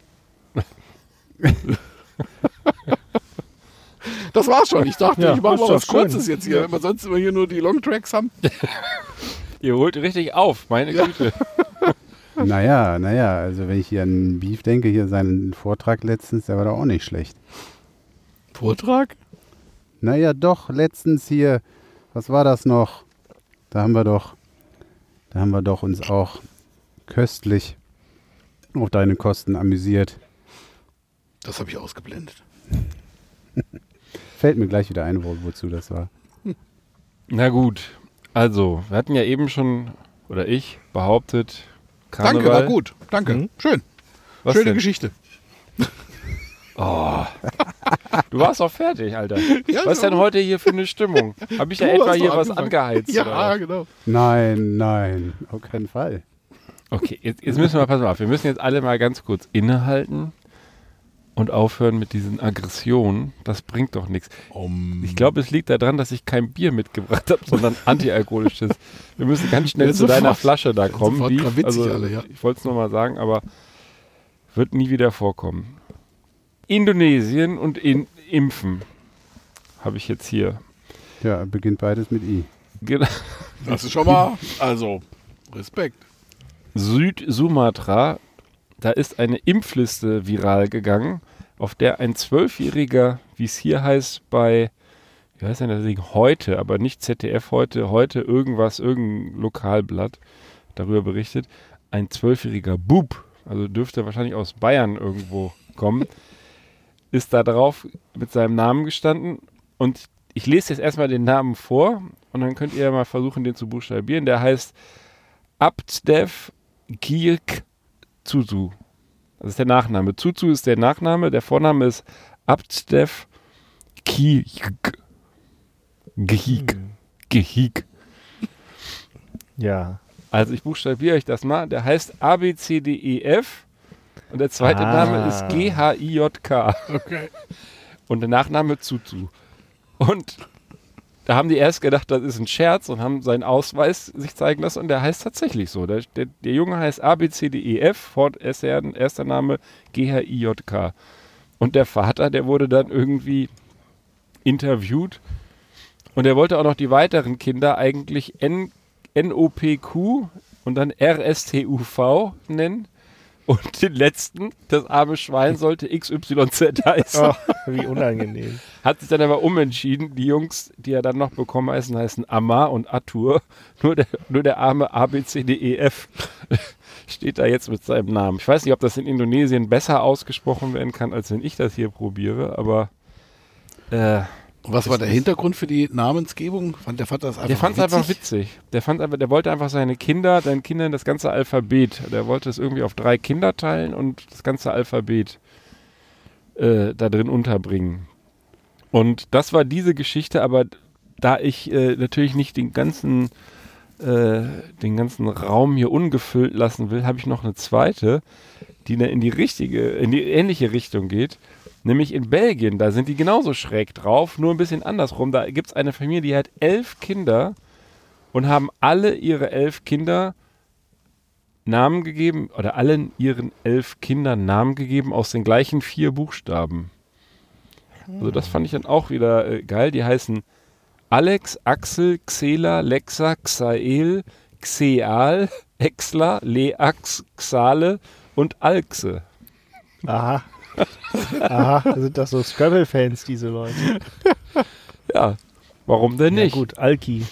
Das war's schon. Ich dachte, Ja, ich mache ist mal doch was schön. Kurzes jetzt hier, wenn wir sonst immer hier nur die Longtracks haben. Ihr holt richtig auf, meine Güte. Naja, naja, also wenn ich hier an Beef denke, hier seinen Vortrag letztens, der war doch auch nicht schlecht. Vortrag? Naja, doch, letztens hier, was war das noch? Da haben wir doch, da haben wir doch uns auch köstlich auf deine Kosten amüsiert. Das habe ich ausgeblendet. Fällt mir gleich wieder ein, wo, wozu das war. Na gut, also, wir hatten ja eben schon, oder ich, behauptet, Karneval. Danke, war gut. Danke. Mhm. Schön. Was Schöne denn? Geschichte. Oh. Du warst auch fertig, Alter. Ja, Was ist denn so. heute hier für eine Stimmung? Habe ich Du ja etwa hast hier doch was angefangen. angeheizt? Ja, oder? genau. Nein, nein, auf keinen Fall. Okay, jetzt, jetzt müssen wir, pass mal auf, wir müssen jetzt alle mal ganz kurz innehalten und aufhören mit diesen Aggressionen. Das bringt doch nichts. Ich glaube, es liegt daran, dass ich kein Bier mitgebracht habe, sondern antialkoholisches. Wir müssen ganz schnell Ja, zu deiner sofort. Flasche da kommen. Sofort Beef. grad witzig also, alle, ja. Ich wollte es nur mal sagen, aber wird nie wieder vorkommen. Indonesien und in Impfen habe ich jetzt hier. Ja, beginnt beides mit I. Genau. Das ist schon mal, also, Respekt. Süd-Sumatra, da ist eine Impfliste viral gegangen, auf der ein Zwölfjähriger, wie es hier heißt, bei, wie heißt denn das Ding, heute, aber nicht Z D F heute, heute irgendwas, irgendein Lokalblatt darüber berichtet, ein zwölfjähriger Bub, also dürfte wahrscheinlich aus Bayern irgendwo kommen, ist da drauf mit seinem Namen gestanden und ich lese jetzt erstmal den Namen vor und dann könnt ihr mal versuchen, den zu buchstabieren. Der heißt Abtdev Kirk Zuzu. Das ist der Nachname. Zuzu ist der Nachname, der Vorname ist Abtdev Kirk. Gehik. Gehik. Ja. Also ich buchstabiere euch das mal. Der heißt A B C D E F und der zweite Ah. Name ist G H I J K. Okay. Und der Nachname Zuzu. Und da haben die erst gedacht, das ist ein Scherz und haben seinen Ausweis sich zeigen lassen und der heißt tatsächlich so. Der, der, der Junge heißt A B C D E F, Fort erster, erster Name G H I J K. Und der Vater, der wurde dann irgendwie interviewt und er wollte auch noch die weiteren Kinder eigentlich N, N O P Q und dann R S T U V nennen. Und den letzten, das arme Schwein, sollte X Y Z heißen. Oh, wie unangenehm. Hat sich dann aber umentschieden. Die Jungs, die er dann noch bekommen heißen, heißen Amar und Atur. Nur der, nur der arme A, B, C, D, E, F steht da jetzt mit seinem Namen. Ich weiß nicht, ob das in Indonesien besser ausgesprochen werden kann, als wenn ich das hier probiere, aber äh, Was war der Hintergrund für die Namensgebung? Fand der Vater das einfach der fand es witzig? einfach witzig. Der fand einfach, der wollte einfach seine Kinder, seinen Kindern das ganze Alphabet. Der wollte es irgendwie auf drei Kinder teilen und das ganze Alphabet äh, da drin unterbringen. Und das war diese Geschichte, aber da ich äh, natürlich nicht den ganzen äh, den ganzen Raum hier ungefüllt lassen will, habe ich noch eine zweite, die in die richtige, in die ähnliche Richtung geht. Nämlich in Belgien, da sind die genauso schräg drauf, nur ein bisschen andersrum. Da gibt es eine Familie, die hat elf Kinder und haben alle ihre elf Kinder Namen gegeben, oder allen ihren elf Kindern Namen gegeben aus den gleichen vier Buchstaben. Also das fand ich dann auch wieder äh, geil. Die heißen Alex, Axel, Xela, Lexa, Xael, Xeal, Exla, Leax, Xale und Alxe. Aha. Aha, sind das so Scrabble-Fans, diese Leute? Ja, warum denn nicht? Ja gut, Alki.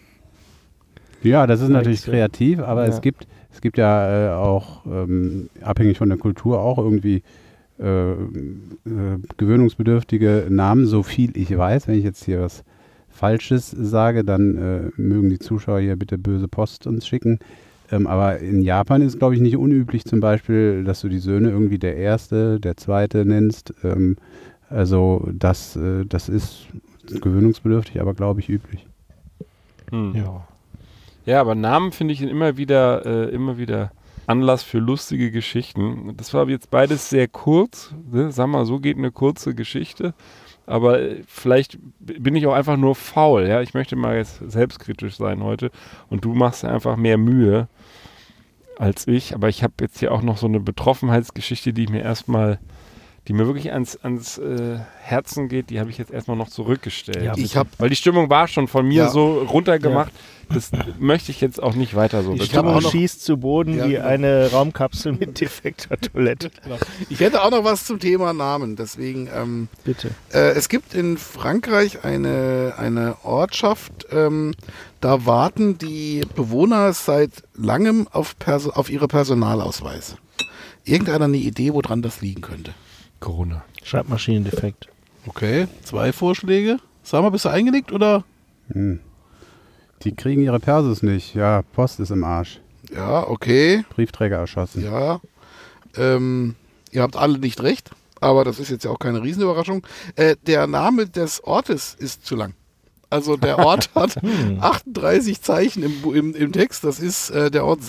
Ja, das ist natürlich Alxe. kreativ, aber Ja. es gibt es gibt ja äh, auch, ähm, abhängig von der Kultur, auch irgendwie äh, äh, gewöhnungsbedürftige Namen, so viel ich weiß. Wenn ich jetzt hier was Falsches sage, dann äh, mögen die Zuschauer hier bitte böse Post uns schicken. Ähm, aber in Japan ist es, glaube ich, nicht unüblich zum Beispiel, dass du die Söhne irgendwie der Erste, der Zweite nennst. Ähm, also das, äh, das ist gewöhnungsbedürftig, aber glaube ich üblich. Hm. Ja. Ja, aber Namen finde ich immer wieder, äh, immer wieder Anlass für lustige Geschichten. Das war jetzt beides sehr kurz. Ne? Sag mal, so geht eine kurze Geschichte. Aber äh, vielleicht b- bin ich auch einfach nur faul. Ja? Ich möchte mal jetzt selbstkritisch sein heute. Und du machst einfach mehr Mühe als ich. Aber ich habe jetzt hier auch noch so eine Betroffenheitsgeschichte, die ich mir erstmal, die mir wirklich ans, ans äh, Herzen geht, die habe ich jetzt erstmal noch zurückgestellt. Ja, Ich habe Weil die Stimmung war schon von mir Ja. so runtergemacht. Das möchte ich jetzt auch nicht weiter so Die Ich hab Stimmung auch noch- schießt zu Boden Ja, wie genau. eine Raumkapsel mit defekter Toilette. ich hätte auch noch was zum Thema Namen. Deswegen, ähm, Bitte. äh, es gibt in Frankreich eine, eine Ortschaft, ähm, da warten die Bewohner seit langem auf, Perso auf ihre Personalausweise. Irgendeiner eine Idee, woran das liegen könnte? Corona. Schreibmaschinendefekt. Okay, zwei Vorschläge. Sag mal, bist du eingelegt oder? Hm. Die kriegen ihre Persos nicht. Ja, Post ist im Arsch. Ja, okay. Briefträger erschossen. Ja. Ähm, ihr habt alle nicht recht, aber das ist jetzt ja auch keine Riesenüberraschung. Äh, der Name des Ortes ist zu lang. Also der Ort hat achtunddreißig Zeichen im, Bu- im, im Text. Das ist äh, der Ort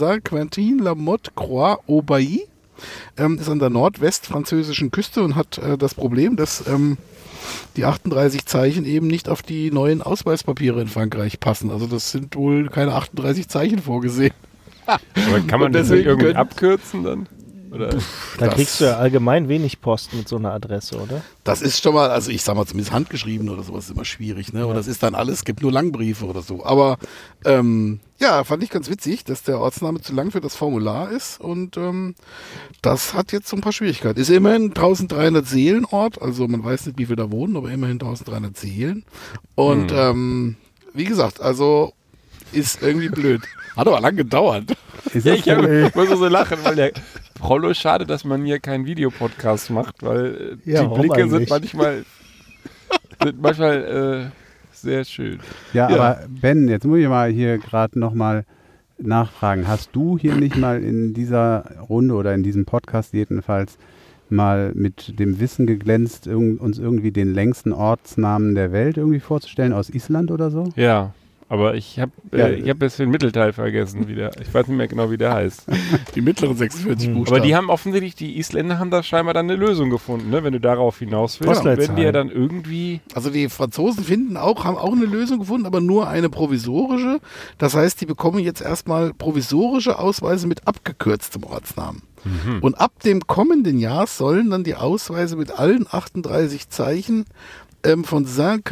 Saint-Quentin-la-Motte-Croix-Aubailly. Ähm, ist an der nordwestfranzösischen Küste und hat äh, das Problem, dass ähm, die achtunddreißig Zeichen eben nicht auf die neuen Ausweispapiere in Frankreich passen. Also das sind wohl keine achtunddreißig Zeichen vorgesehen. Aber kann man Und das nicht deswegen irgendwie können- abkürzen dann? Oder? Da Das- kriegst du ja allgemein wenig Post mit so einer Adresse, oder? Das ist schon mal, also ich sag mal zumindest handgeschrieben oder sowas ist immer schwierig, ne? Und das ist dann alles, gibt nur Langbriefe oder so. Aber ähm, ja, fand ich ganz witzig, dass der Ortsname zu lang für das Formular ist und ähm, das hat jetzt so ein paar Schwierigkeiten. Ist immerhin eintausenddreihundert Seelenort, also man weiß nicht, wie viele da wohnen, aber immerhin eintausenddreihundert Seelen. Und Hm. ähm, wie gesagt, also ist irgendwie blöd. Hat aber lang gedauert. Ist Ja, das ich hab, wohl- muss so lachen, weil der Prollo, schade, dass man hier keinen Videopodcast macht, weil äh, Ja, die warum Blicke sind eigentlich? manchmal, sind manchmal äh, sehr schön. Ja, Ja. aber Ben, jetzt muss ich mal hier gerade nochmal nachfragen. Hast du hier nicht mal in dieser Runde oder in diesem Podcast jedenfalls mal mit dem Wissen geglänzt, irg uns irgendwie den längsten Ortsnamen der Welt irgendwie vorzustellen, aus Island oder so? Ja, aber ich habe Ja. äh, ich hab jetzt den Mittelteil vergessen wieder. Ich weiß nicht mehr genau, wie der heißt. Die mittleren sechsundvierzig Hm. Buchstaben. Aber die haben offensichtlich, die Isländer haben da scheinbar dann eine Lösung gefunden, ne? Wenn du darauf hinaus willst. Postleitzahl. Wenn die ja dann irgendwie... Also die Franzosen finden auch, haben auch eine Lösung gefunden, aber nur eine provisorische. Das heißt, die bekommen jetzt erstmal provisorische Ausweise mit abgekürztem Ortsnamen. Und ab dem kommenden Jahr sollen dann die Ausweise mit allen achtunddreißig Zeichen ähm, von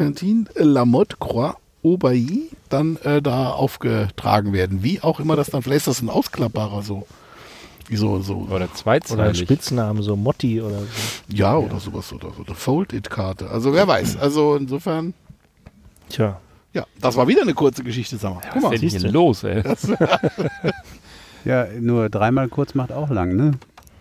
Saint-Quentin-la-Motte-Croix-Aubailly dann äh, da aufgetragen werden. Wie auch immer das dann, vielleicht ist das ein ausklappbarer so. Wieso so? Oder Oder zweizeilig. Spitznamen, so Motti oder so. Ja, oder sowas. Oder so eine Fold-It-Karte. Also wer weiß. Also insofern, Tja. ja, das war wieder eine kurze Geschichte, sag mal. Guck Was mal. ist denn hier siehste. los, ey? Ja, nur dreimal kurz macht auch lang, ne?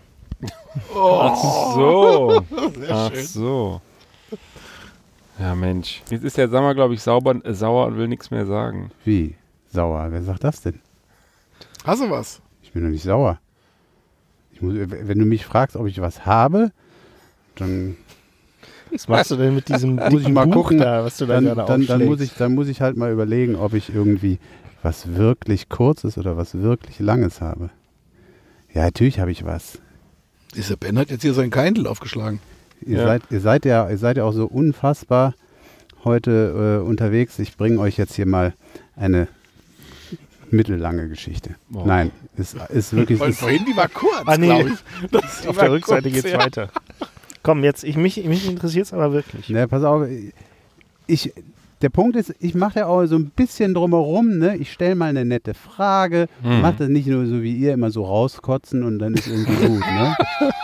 Ach so. Sehr Ach schön. so. Ja, Mensch. Jetzt ist der Sammer, glaube ich, sauber, äh, sauer und will nichts mehr sagen. Wie? Sauer. Wer sagt das denn? Hast du was? Ich bin doch nicht sauer. Ich muss, wenn du mich fragst, ob ich was habe, dann, Was machst du denn mit diesem Muss ich dicken mal Buch gucken. da, was du da dann, gerade dann, dann, muss aufschlägst? ich, dann muss ich halt mal überlegen, ob ich irgendwie was wirklich Kurzes oder was wirklich Langes habe. Ja, natürlich habe ich was. Dieser Ben hat jetzt hier seinen Keindl aufgeschlagen. Ihr, Ja. seid, ihr, seid ja, ihr seid ja auch so unfassbar heute äh, unterwegs. Ich bringe euch jetzt hier mal eine mittellange Geschichte. Oh. Nein, es ist wirklich... Weil Ist, vorhin, die war kurz, Ah, nee. glaube ich. Das, die Auf war der Rückseite kurz, geht's ja. weiter. Komm, jetzt, ich, mich, mich interessiert es aber wirklich. ne, pass auf, ich, der Punkt ist, ich mache ja auch so ein bisschen drumherum. Ne? Ich stelle mal eine nette Frage. Hm. Mache das nicht nur so wie ihr, immer so rauskotzen und dann ist irgendwie gut. Ne?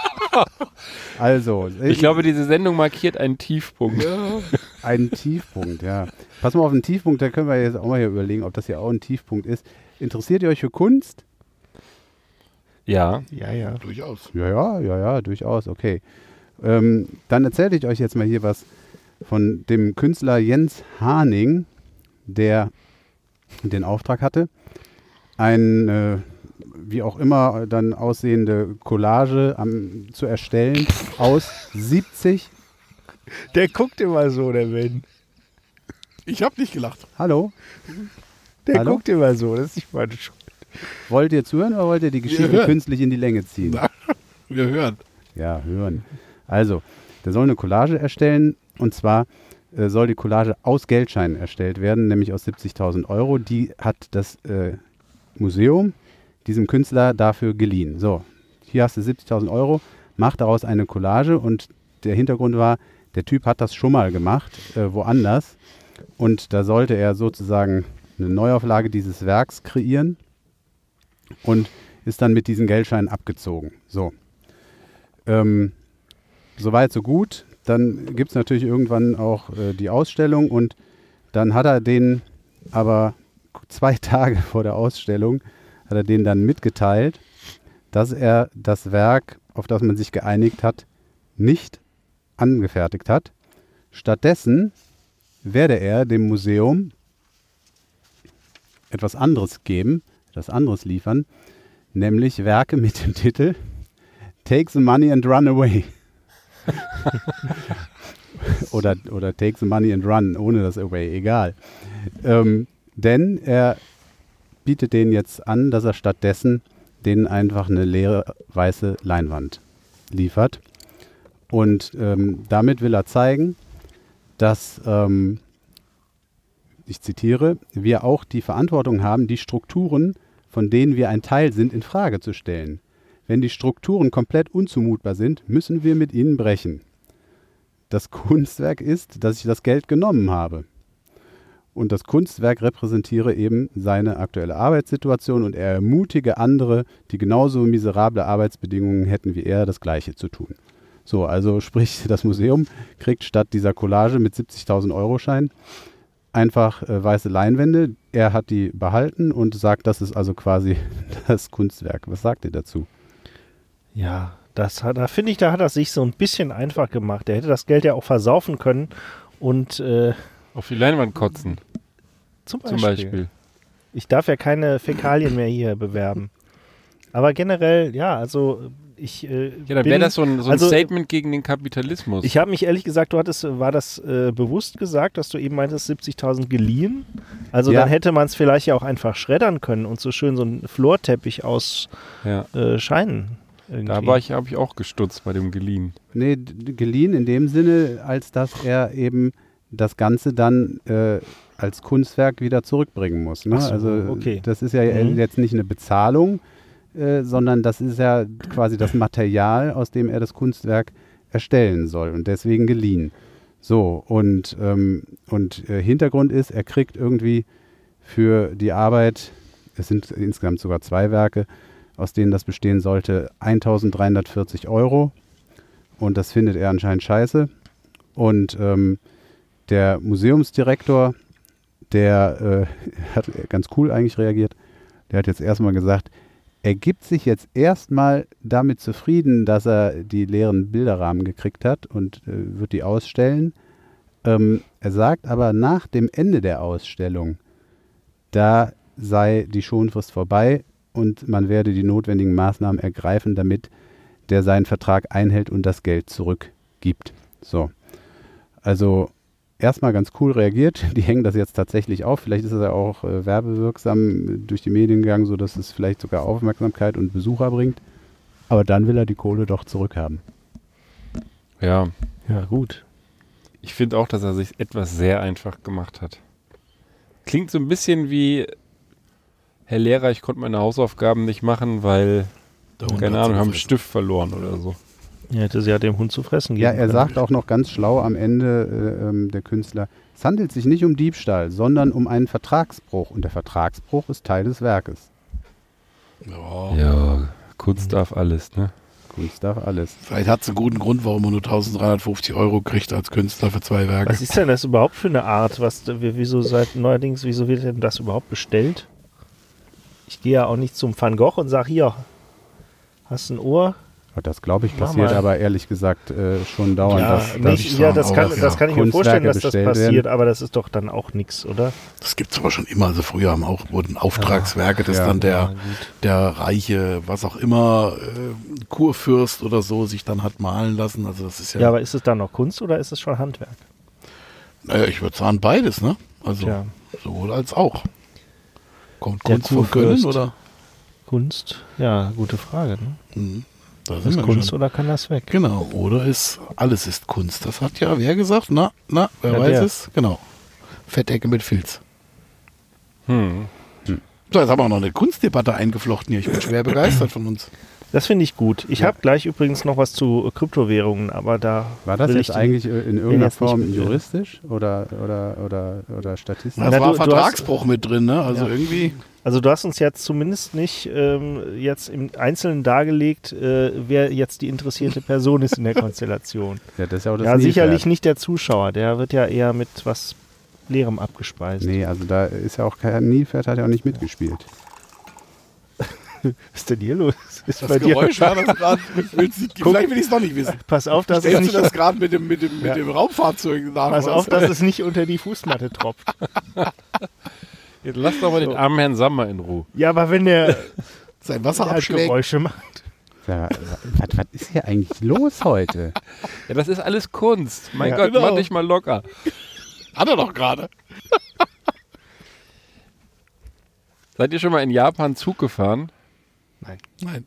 Also, Ich glaube, diese Sendung markiert einen Tiefpunkt. Ein Tiefpunkt, ja. Pass mal auf den Tiefpunkt, da können wir jetzt auch mal hier überlegen, ob das hier auch ein Tiefpunkt ist. Interessiert ihr euch für Kunst? Ja. Ja, ja. Durchaus. Ja, ja, ja, ja, durchaus, okay. Ähm, dann erzähle ich euch jetzt mal hier was von dem Künstler Jens Haning, der den Auftrag hatte, ein, äh, wie auch immer dann aussehende Collage am, zu erstellen aus siebzig. Der guckt immer so, der Ben. Ich habe nicht gelacht. Hallo? Der Hallo? guckt immer so, das ist nicht meine Schuld. Wollt ihr zuhören oder wollt ihr die Geschichte hören. künstlich in die Länge ziehen? Na, wir hören. Ja, hören. Also, der soll eine Collage erstellen und zwar äh, soll die Collage aus Geldscheinen erstellt werden, nämlich aus siebzigtausend Euro. Die hat das äh, Museum diesem Künstler dafür geliehen. So, hier hast du siebzigtausend Euro, mach daraus eine Collage und der Hintergrund war, der Typ hat das schon mal gemacht, äh, woanders und da sollte er sozusagen eine Neuauflage dieses Werks kreieren und ist dann mit diesen Geldscheinen abgezogen. So. Ähm, Soweit, so gut. Dann gibt es natürlich irgendwann auch äh, die Ausstellung und dann hat er den aber zwei Tage vor der Ausstellung hat er denen dann mitgeteilt, dass er das Werk, auf das man sich geeinigt hat, nicht angefertigt hat. Stattdessen werde er dem Museum etwas anderes geben, etwas anderes liefern, nämlich Werke mit dem Titel Take the Money and Run Away. oder, oder Take the Money and Run, ohne das Away, egal. Ähm, denn er bietet denen jetzt an, dass er stattdessen denen einfach eine leere weiße Leinwand liefert. Und ähm, damit will er zeigen, dass, ähm, ich zitiere, wir auch die Verantwortung haben, die Strukturen, von denen wir ein Teil sind, in Frage zu stellen. Wenn die Strukturen komplett unzumutbar sind, müssen wir mit ihnen brechen. Das Kunstwerk ist, dass ich das Geld genommen habe. Und das Kunstwerk repräsentiere eben seine aktuelle Arbeitssituation und er ermutige andere, die genauso miserable Arbeitsbedingungen hätten wie er, das Gleiche zu tun. So, also sprich, das Museum kriegt statt dieser Collage mit siebzigtausend Euro Schein einfach äh, weiße Leinwände. Er hat die behalten und sagt, das ist also quasi das Kunstwerk. Was sagt ihr dazu? Ja, das hat, da finde ich, da hat er sich so ein bisschen einfach gemacht. Der hätte das Geld ja auch versaufen können und äh, Auf die Leinwand kotzen, zum Beispiel. zum Beispiel. Ich darf ja keine Fäkalien mehr hier bewerben. Aber generell, ja, also ich äh, Ja, dann bin- wäre das so ein, so ein also, Statement gegen den Kapitalismus. Ich habe mich ehrlich gesagt, du hattest, war das äh, bewusst gesagt, dass du eben meintest, siebzigtausend geliehen? Also Ja. dann hätte man es vielleicht ja auch einfach schreddern können und so schön so einen Florteppich aus ja. äh, Scheinen irgendwie. Da war ich, habe ich auch gestutzt bei dem Geliehen. Nee, d- geliehen in dem Sinne, als dass er eben das Ganze dann äh, als Kunstwerk wieder zurückbringen muss. Ne? Ach so, also okay. das ist ja Mhm. jetzt nicht eine Bezahlung, äh, sondern das ist ja quasi das Material, aus dem er das Kunstwerk erstellen soll und deswegen geliehen. So, und, ähm, und äh, Hintergrund ist, er kriegt irgendwie für die Arbeit, es sind insgesamt sogar zwei Werke, aus denen das bestehen sollte, eintausenddreihundertvierzig Euro. Und das findet er anscheinend scheiße. Und ähm, der Museumsdirektor, der äh, hat ganz cool eigentlich reagiert. Der hat jetzt erstmal gesagt, er gibt sich jetzt erstmal damit zufrieden, dass er die leeren Bilderrahmen gekriegt hat und äh, wird die ausstellen. Ähm, er sagt aber, nach dem Ende der Ausstellung, da sei die Schonfrist vorbei und man werde die notwendigen Maßnahmen ergreifen, damit der seinen Vertrag einhält und das Geld zurückgibt. So. Also erstmal ganz cool reagiert. Die hängen das jetzt tatsächlich auf. Vielleicht ist es ja auch äh, werbewirksam durch die Medien gegangen, sodass es vielleicht sogar Aufmerksamkeit und Besucher bringt. Aber dann will er die Kohle doch zurückhaben. Ja, Ja, gut. ich finde auch, dass er sich etwas sehr einfach gemacht hat. Klingt so ein bisschen wie, Herr Lehrer, ich konnte meine Hausaufgaben nicht machen, weil, keine Ahnung, haben einen Stift verloren oder so. Er hätte sie ja dem Hund zu fressen geben Ja, er können. sagt auch noch ganz schlau am Ende, äh, ähm, der Künstler, es handelt sich nicht um Diebstahl, sondern um einen Vertragsbruch. Und der Vertragsbruch ist Teil des Werkes. Ja. Ja, Kunst darf alles, ne? Kunst darf alles. Vielleicht hat es einen guten Grund, warum er nur eintausenddreihundertfünfzig Euro kriegt als Künstler für zwei Werke. Was ist denn das überhaupt für eine Art? Was, wieso seit neuerdings, wieso wird denn das überhaupt bestellt? Ich gehe ja auch nicht zum Van Gogh und sage, hier, hast ein Ohr? Das, glaube ich, Mach passiert mal. aber ehrlich gesagt äh, schon dauernd. Ja, dass, würd dass ich nicht, ja, sagen, das kann, auch, das ja. kann ich mir Kunstwerke vorstellen, dass das bestellt passiert, werden. aber das ist doch dann auch nichts, oder? Das gibt es aber schon immer. Also früher haben auch wurden Auftragswerke, dass Ja. dann der, Ja, gut. der reiche, was auch immer, äh, Kurfürst oder so sich dann hat malen lassen. Also das ist ja, Ja, aber ist es dann noch Kunst oder ist es schon Handwerk? naja, ich würde sagen beides, ne? Also Tja. sowohl als auch. Kommt Der Kunst von Köln Kurfürst. oder? Kunst? Ja, gute Frage. Ne? Mhm. Da Ist sind das wir Kunst schon. oder kann das weg? Genau, oder ist alles ist Kunst. Das hat ja wer gesagt? Na, na, wer Ja, weiß der. es? Genau. Fettecke mit Filz. Hm. So, jetzt haben wir auch noch eine Kunstdebatte eingeflochten hier. Ich bin schwer begeistert von uns. Das finde ich gut. Ich Ja. habe gleich übrigens noch was zu äh, Kryptowährungen, aber da War das will jetzt ich die- eigentlich äh, in irgendeiner jetzt nicht Form mit- juristisch oder, oder, oder, oder statistisch? Das Na, war du- du hast- Vertragsbruch mit drin, ne? Also Ja. irgendwie. Also du hast uns jetzt zumindest nicht ähm, jetzt im Einzelnen dargelegt, äh, wer jetzt die interessierte Person ist in der Konstellation. Ja, das ist ja auch das Ja, sicherlich Nilpferd. nicht der Zuschauer, der wird ja eher mit was Leerem abgespeist. Nee, also da ist ja auch kein Nilpferd, hat ja auch nicht mitgespielt. Was ist denn hier los? Ist Das bei dir? Geräusch war das gerade. Vielleicht will ich es noch nicht wissen. Pass auf, dass es Stellst nicht, du das gerade mit dem, mit dem, Ja. mit dem Raumfahrzeug nach? pass was? auf, dass es nicht unter die Fußmatte tropft. Jetzt lass doch mal den armen Herrn Sammer in Ruhe. Ja, aber wenn der, Sein der Wasser halt abschlägt. Geräusche macht. Ja, was, was ist hier eigentlich los heute? Ja, das ist alles Kunst. Mein Ja, Gott, genau. mach dich mal locker. Hat er doch gerade. Seid ihr schon mal in Japan Zug gefahren? Nein.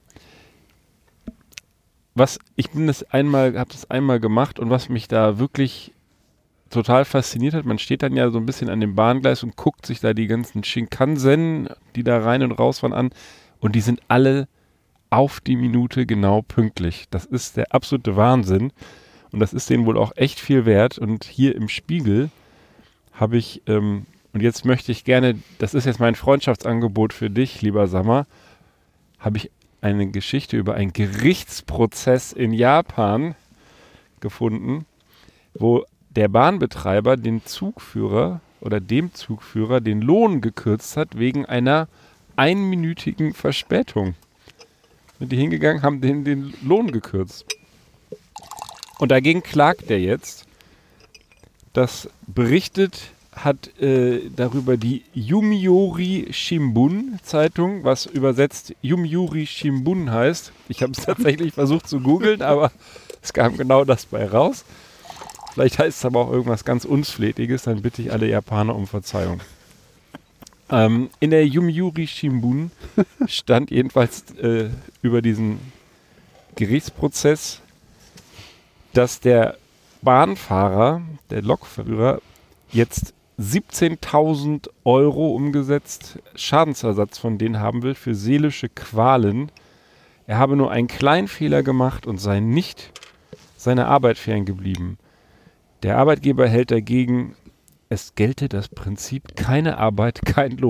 Was, ich bin das einmal, habe das einmal gemacht und was mich da wirklich total fasziniert hat, man steht dann ja so ein bisschen an dem Bahngleis und guckt sich da die ganzen Shinkansen, die da rein und raus fahren, an und die sind alle auf die Minute genau pünktlich. Das ist der absolute Wahnsinn und das ist denen wohl auch echt viel wert und hier im Spiegel habe ich, ähm, und jetzt möchte ich gerne, das ist jetzt mein Freundschaftsangebot für dich, lieber Sammer, habe ich eine Geschichte über einen Gerichtsprozess in Japan gefunden, wo der Bahnbetreiber den Zugführer oder dem Zugführer den Lohn gekürzt hat wegen einer einminütigen Verspätung. Sind die hingegangen, haben den den Lohn gekürzt. Und dagegen klagt er jetzt. Das berichtet hat äh, darüber die Yomiuri Shimbun Zeitung, was übersetzt Yomiuri Shimbun heißt. Ich habe es tatsächlich versucht zu googeln, aber es kam genau das bei raus. Vielleicht heißt es aber auch irgendwas ganz Unflätiges, dann bitte ich alle Japaner um Verzeihung. Ähm, in der Yomiuri Shimbun stand jedenfalls äh, über diesen Gerichtsprozess, dass der Bahnfahrer, der Lokführer, jetzt siebzehntausend Euro umgesetzt Schadensersatz von denen haben will für seelische Qualen. Er habe nur einen kleinen Fehler gemacht und sei nicht seiner Arbeit ferngeblieben. Der Arbeitgeber hält dagegen, es gelte das Prinzip keine Arbeit, kein Lohn.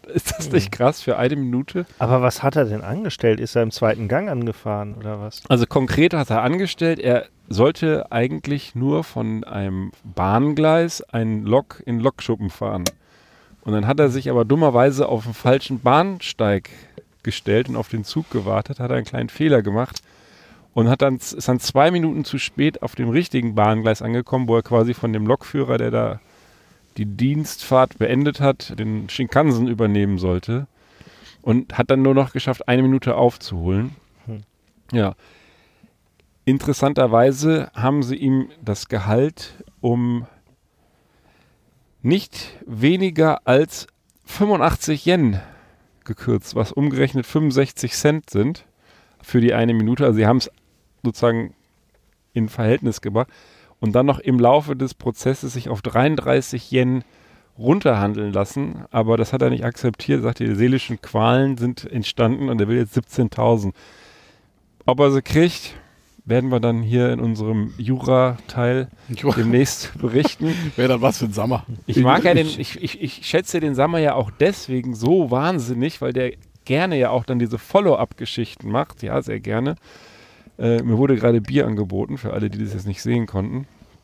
Ist das nicht krass für eine Minute? Aber was hat er denn angestellt? Ist er im zweiten Gang angefahren oder was? Also konkret hat er angestellt, er sollte eigentlich nur von einem Bahngleis einen Lok in Lokschuppen fahren. Und dann hat er sich aber dummerweise auf den falschen Bahnsteig gestellt und auf den Zug gewartet, hat einen kleinen Fehler gemacht und hat dann, ist dann zwei Minuten zu spät auf dem richtigen Bahngleis angekommen, wo er quasi von dem Lokführer, der da die Dienstfahrt beendet hat, den Shinkansen übernehmen sollte und hat dann nur noch geschafft, eine Minute aufzuholen. Hm. Ja. Interessanterweise haben sie ihm das Gehalt um nicht weniger als fünfundachtzig Yen gekürzt, was umgerechnet fünfundsechzig Cent sind für die eine Minute. Also sie haben es sozusagen in Verhältnis gebracht und dann noch im Laufe des Prozesses sich auf dreiunddreißig Yen runterhandeln lassen. Aber das hat er nicht akzeptiert. Er sagte, die seelischen Qualen sind entstanden und er will jetzt siebzehntausend. Ob er sie kriegt, werden wir dann hier in unserem Jura-Teil demnächst berichten. Wäre dann was für ein Sommer. Ich mag ja den, ich, ich, ich schätze den Sammer ja auch deswegen so wahnsinnig, weil der gerne ja auch dann diese Follow-up-Geschichten macht. Ja, sehr gerne. Äh, mir wurde gerade Bier angeboten, für alle, die das jetzt nicht sehen konnten.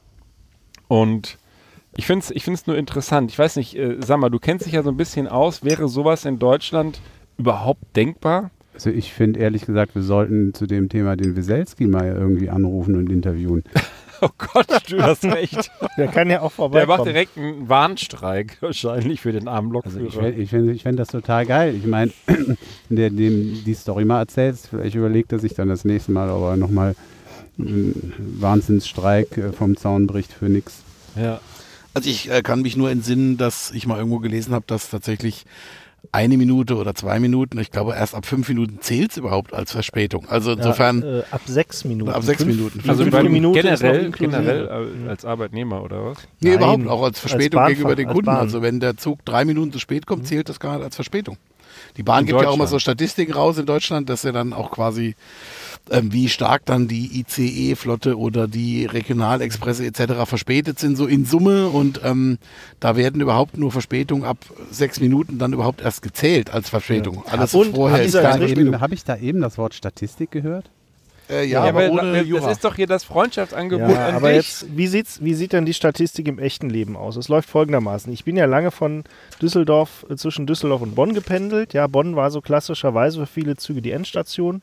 Und ich finde es ich find's nur interessant. Ich weiß nicht, äh, Sammer, du kennst dich ja so ein bisschen aus. Wäre sowas in Deutschland überhaupt denkbar? Also ich finde ehrlich gesagt, wir sollten zu dem Thema den Weselski mal irgendwie anrufen und interviewen. Oh Gott, du hast recht. Der kann ja auch Der vorbeikommen. macht direkt einen Warnstreik wahrscheinlich für den armen Also Lokführer. ich fände ich fänd, ich fänd das total geil. Ich meine, der dem die Story mal erzählst, vielleicht überlegt er sich dann das nächste Mal, aber nochmal einen Wahnsinnsstreik äh, vom Zaun bricht für nix. Ja. Also ich äh, kann mich nur entsinnen, dass ich mal irgendwo gelesen habe, dass tatsächlich eine Minute oder zwei Minuten, ich glaube erst ab fünf Minuten zählt es überhaupt als Verspätung. Also insofern Ja, äh, ab sechs Minuten. ab sechs Fünf- Minuten. Also Fünfte beim Minute ist noch generell, inklusive. generell äh, als Arbeitnehmer oder was? Nee, Nein, überhaupt auch als Verspätung als gegenüber den Bahnfahrer, als Kunden. Bahn. Also wenn der Zug drei Minuten zu spät kommt, zählt das gar nicht als Verspätung. Die Bahn In gibt ja auch immer Deutschland. so Statistiken raus in Deutschland, dass ja dann auch quasi, ähm, wie stark dann die I C E-Flotte oder die Regionalexpresse et cetera verspätet sind, so in Summe. Und ähm, da werden überhaupt nur Verspätungen ab sechs Minuten dann überhaupt erst gezählt als Verspätung. Alles Und vorher hab ist ich gar da nicht eben- Verspätung. Habe ich da eben das Wort Statistik gehört? Äh, ja, Ja, aber aber ohne das Jura. ist doch hier das Freundschaftsangebot Ja, an aber dich. jetzt, wie sieht's, wie sieht denn die Statistik im echten Leben aus? Es läuft folgendermaßen. Ich bin ja lange von Düsseldorf, äh, zwischen Düsseldorf und Bonn gependelt. Ja, Bonn war so klassischerweise für viele Züge die Endstation.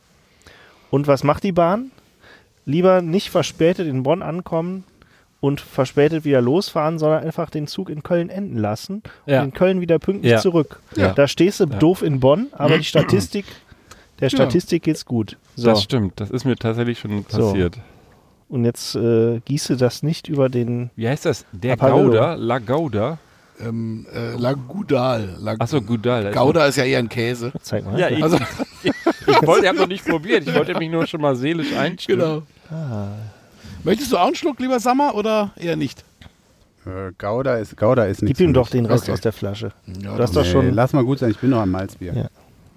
Und was macht die Bahn? Lieber nicht verspätet in Bonn ankommen und verspätet wieder losfahren, sondern einfach den Zug in Köln enden lassen Ja. und in Köln wieder pünktlich Ja. zurück. Ja. Da stehst du Ja. doof in Bonn, aber die Statistik, der Statistik geht's gut. So. Das stimmt, das ist mir tatsächlich schon So. passiert. Und jetzt äh, gieße das nicht über den. Wie heißt das? Der Apparillo. Gouda? La Gouda? Ähm, äh, Lagudal. Lag Achso, Goudal. das ist Gouda ist ja eher ein Käse. Zeig mal. Ja, ich, Also- ich, ich wollte, ich habe noch nicht probiert. Ich wollte mich nur schon mal seelisch einstimmen. Genau. Möchtest du auch einen Schluck, lieber Sammer, oder eher nicht? Äh, Gouda ist, Gouda ist nicht Gib ihm für doch mich. den Rest Okay. aus der Flasche. Ja, Du hast doch Nee, schon. lass mal gut sein, ich bin noch am Malzbier. Ja.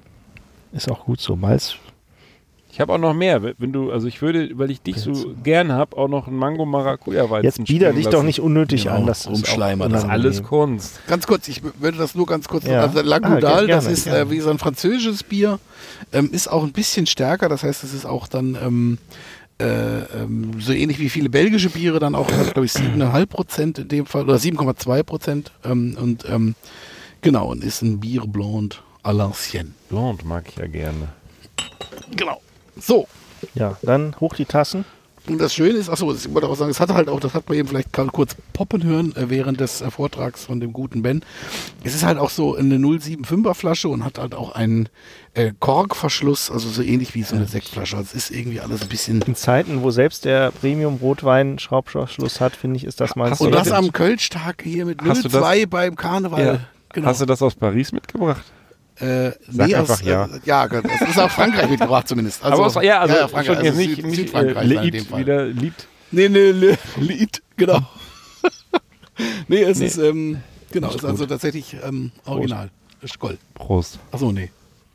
Ist auch gut so. Malz. Ich habe auch noch mehr. Wenn du, also ich würde, weil ich dich so gern habe, auch noch einen Mango Maracuja Weizen Jetzt bieder springen dich doch lassen. nicht unnötig Genau, an. Das ist auch rumschleimern, Das ist unangenehm. alles Kunst. Ganz kurz, ich würde das nur ganz kurz. Ja. Also Ah, Lagudal, ge- das gerne, ist gerne. äh, wie so ein französisches Bier, ähm, ist auch ein bisschen stärker. Das heißt, es ist auch dann ähm, äh, ähm, so ähnlich wie viele belgische Biere, dann auch, glaube ich, sieben Komma fünf Prozent in dem Fall oder sieben Komma zwei Prozent. Ähm, und ähm, genau, und ist ein Bier blond à l'ancienne. Blond mag ich ja gerne. Genau. So. Ja, dann hoch die Tassen. Und das Schöne ist, achso, ich wollte auch sagen, es hatte halt auch, das hat man eben vielleicht gerade kurz poppen hören äh, während des äh, Vortrags von dem guten Ben. Es ist halt auch so eine null Komma fünfundsiebziger Flasche und hat halt auch einen äh, Korkverschluss, also so ähnlich wie so eine Sektflasche. Also es ist irgendwie alles ein bisschen. In Zeiten, wo selbst der Premium-Rotwein Schraubschluss hat, finde ich, ist das mal Hast ein Und du das das- am Kölsch-Tag hier mit Hast du null Komma zwei das- beim Karneval. Ja. Genau. Hast du das aus Paris mitgebracht? äh, Sag nee, einfach aus, ja. Äh, ja, das ist aus Frankreich mitgebracht zumindest. Also, Aber aus, ja, also ja, Frankreich, schon jetzt also nicht, Süd, nicht Südfrankreich äh, dann in dem Leid, Fall. wieder Lied. Nee, nee, nee, Lied, genau. nee, es Nee. ist, ähm, genau, es ist gut. also tatsächlich ähm, original. Ist Gold. Prost. Achso, nee.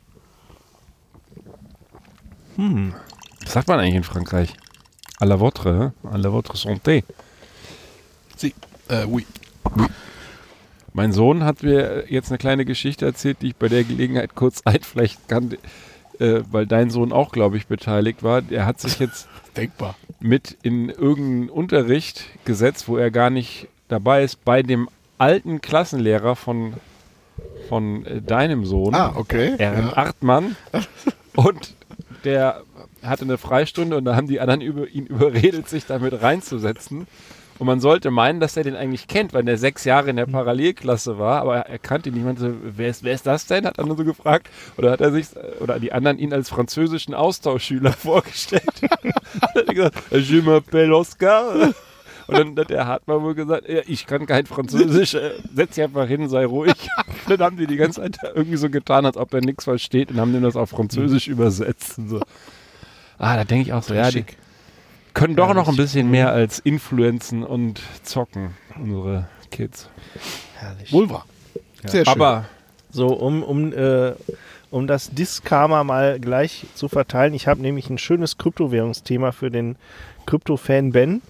Was sagt man eigentlich in Frankreich? À la vôtre, hä? À la vôtre santé. Sie, äh, oui. Mein Sohn hat mir jetzt eine kleine Geschichte erzählt, die ich bei der Gelegenheit kurz einflechten kann, äh, weil dein Sohn auch, glaube ich, beteiligt war. Der hat sich jetzt Denkbar. mit in irgendeinen Unterricht gesetzt, wo er gar nicht dabei ist, bei dem alten Klassenlehrer von, von äh, deinem Sohn. Ah, okay. Aaron Achtmann. Und der hatte eine Freistunde und da haben die anderen über ihn überredet, sich damit reinzusetzen. Und man sollte meinen, dass er den eigentlich kennt, weil er sechs Jahre in der Parallelklasse war, aber er kannte ihn nicht. Man so, wer ist, wer ist das denn? Hat er nur so gefragt. Oder hat er sich, oder die anderen ihn als französischen Austauschschüler vorgestellt. Hat er gesagt, je m'appelle Oscar. Und dann hat der Hartmann wohl gesagt, ja, ich kann kein Französisch, äh, setz dich einfach hin, sei ruhig. Und dann haben die die ganze Zeit irgendwie so getan, als ob er nichts versteht und haben dem das auf Französisch übersetzt. Und so. Ah, da denke ich auch so, ja, die können doch noch ein bisschen mehr als influenzen und zocken, unsere Kids. Herrlich. Wohl wahr. Sehr schön. Aber So, um, um, äh, um das Dis-Karma mal gleich zu verteilen, ich habe nämlich ein schönes Kryptowährungsthema für den Krypto-Fan Ben.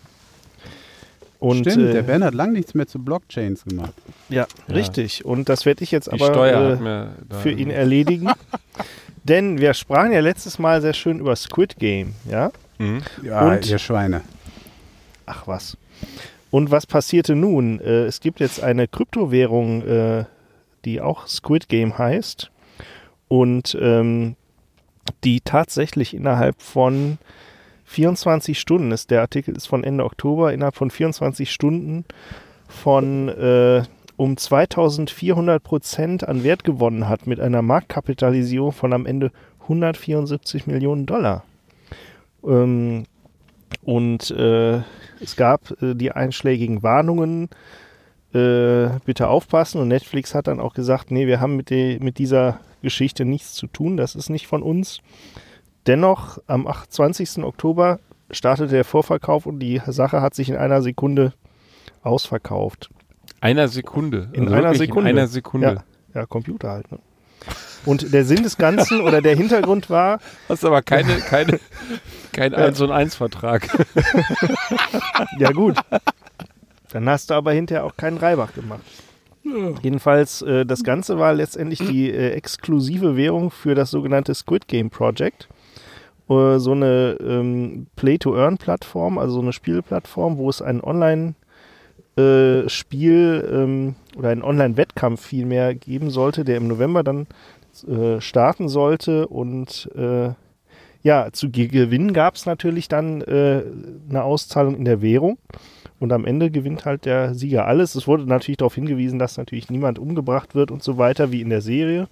Und, Stimmt, äh, der Ben hat lang nichts mehr zu Blockchains gemacht. Ja, Ja. richtig. Und das werde ich jetzt die aber Steuer äh, hat mir da für ihn erledigen. Denn wir sprachen ja letztes Mal sehr schön über Squid Game, ja? Mhm. Ja, Und- ihr Schweine. Ach was. Und was passierte nun? Äh, es gibt jetzt eine Kryptowährung, äh, die auch Squid Game heißt und ähm, die tatsächlich innerhalb von vierundzwanzig Stunden ist, der Artikel ist von Ende Oktober, innerhalb von vierundzwanzig Stunden von äh, um zweitausendvierhundert Prozent an Wert gewonnen hat mit einer Marktkapitalisierung von am Ende hundertvierundsiebzig Millionen Dollar. Ähm, und äh, es gab äh, die einschlägigen Warnungen, äh, bitte aufpassen, und Netflix hat dann auch gesagt, nee, wir haben mit, die, mit dieser Geschichte nichts zu tun, das ist nicht von uns. Dennoch, am achtundzwanzigsten Oktober startete der Vorverkauf und die Sache hat sich in einer Sekunde ausverkauft. Einer Sekunde. In Also einer wirklich Sekunde. In einer Sekunde. Ja, ja, Computer halt. Ne? Und der Sinn des Ganzen oder der Hintergrund war, Hast aber keine, keine, kein eins und eins Vertrag. ja gut, dann hast du aber hinterher auch keinen Reibach gemacht. Jedenfalls, äh, das Ganze war letztendlich die äh, exklusive Währung für das sogenannte Squid Game Project. Äh, so eine ähm, Play-to-Earn-Plattform, also so eine Spielplattform, wo es ein Online- äh, Spiel ähm, oder einen Online-Wettkampf vielmehr geben sollte, der im November dann äh, starten sollte. Und äh, ja, zu ge- gewinnen gab es natürlich dann äh, eine Auszahlung in der Währung. Und am Ende gewinnt halt der Sieger alles. Es wurde natürlich darauf hingewiesen, dass natürlich niemand umgebracht wird und so weiter, wie in der Serie.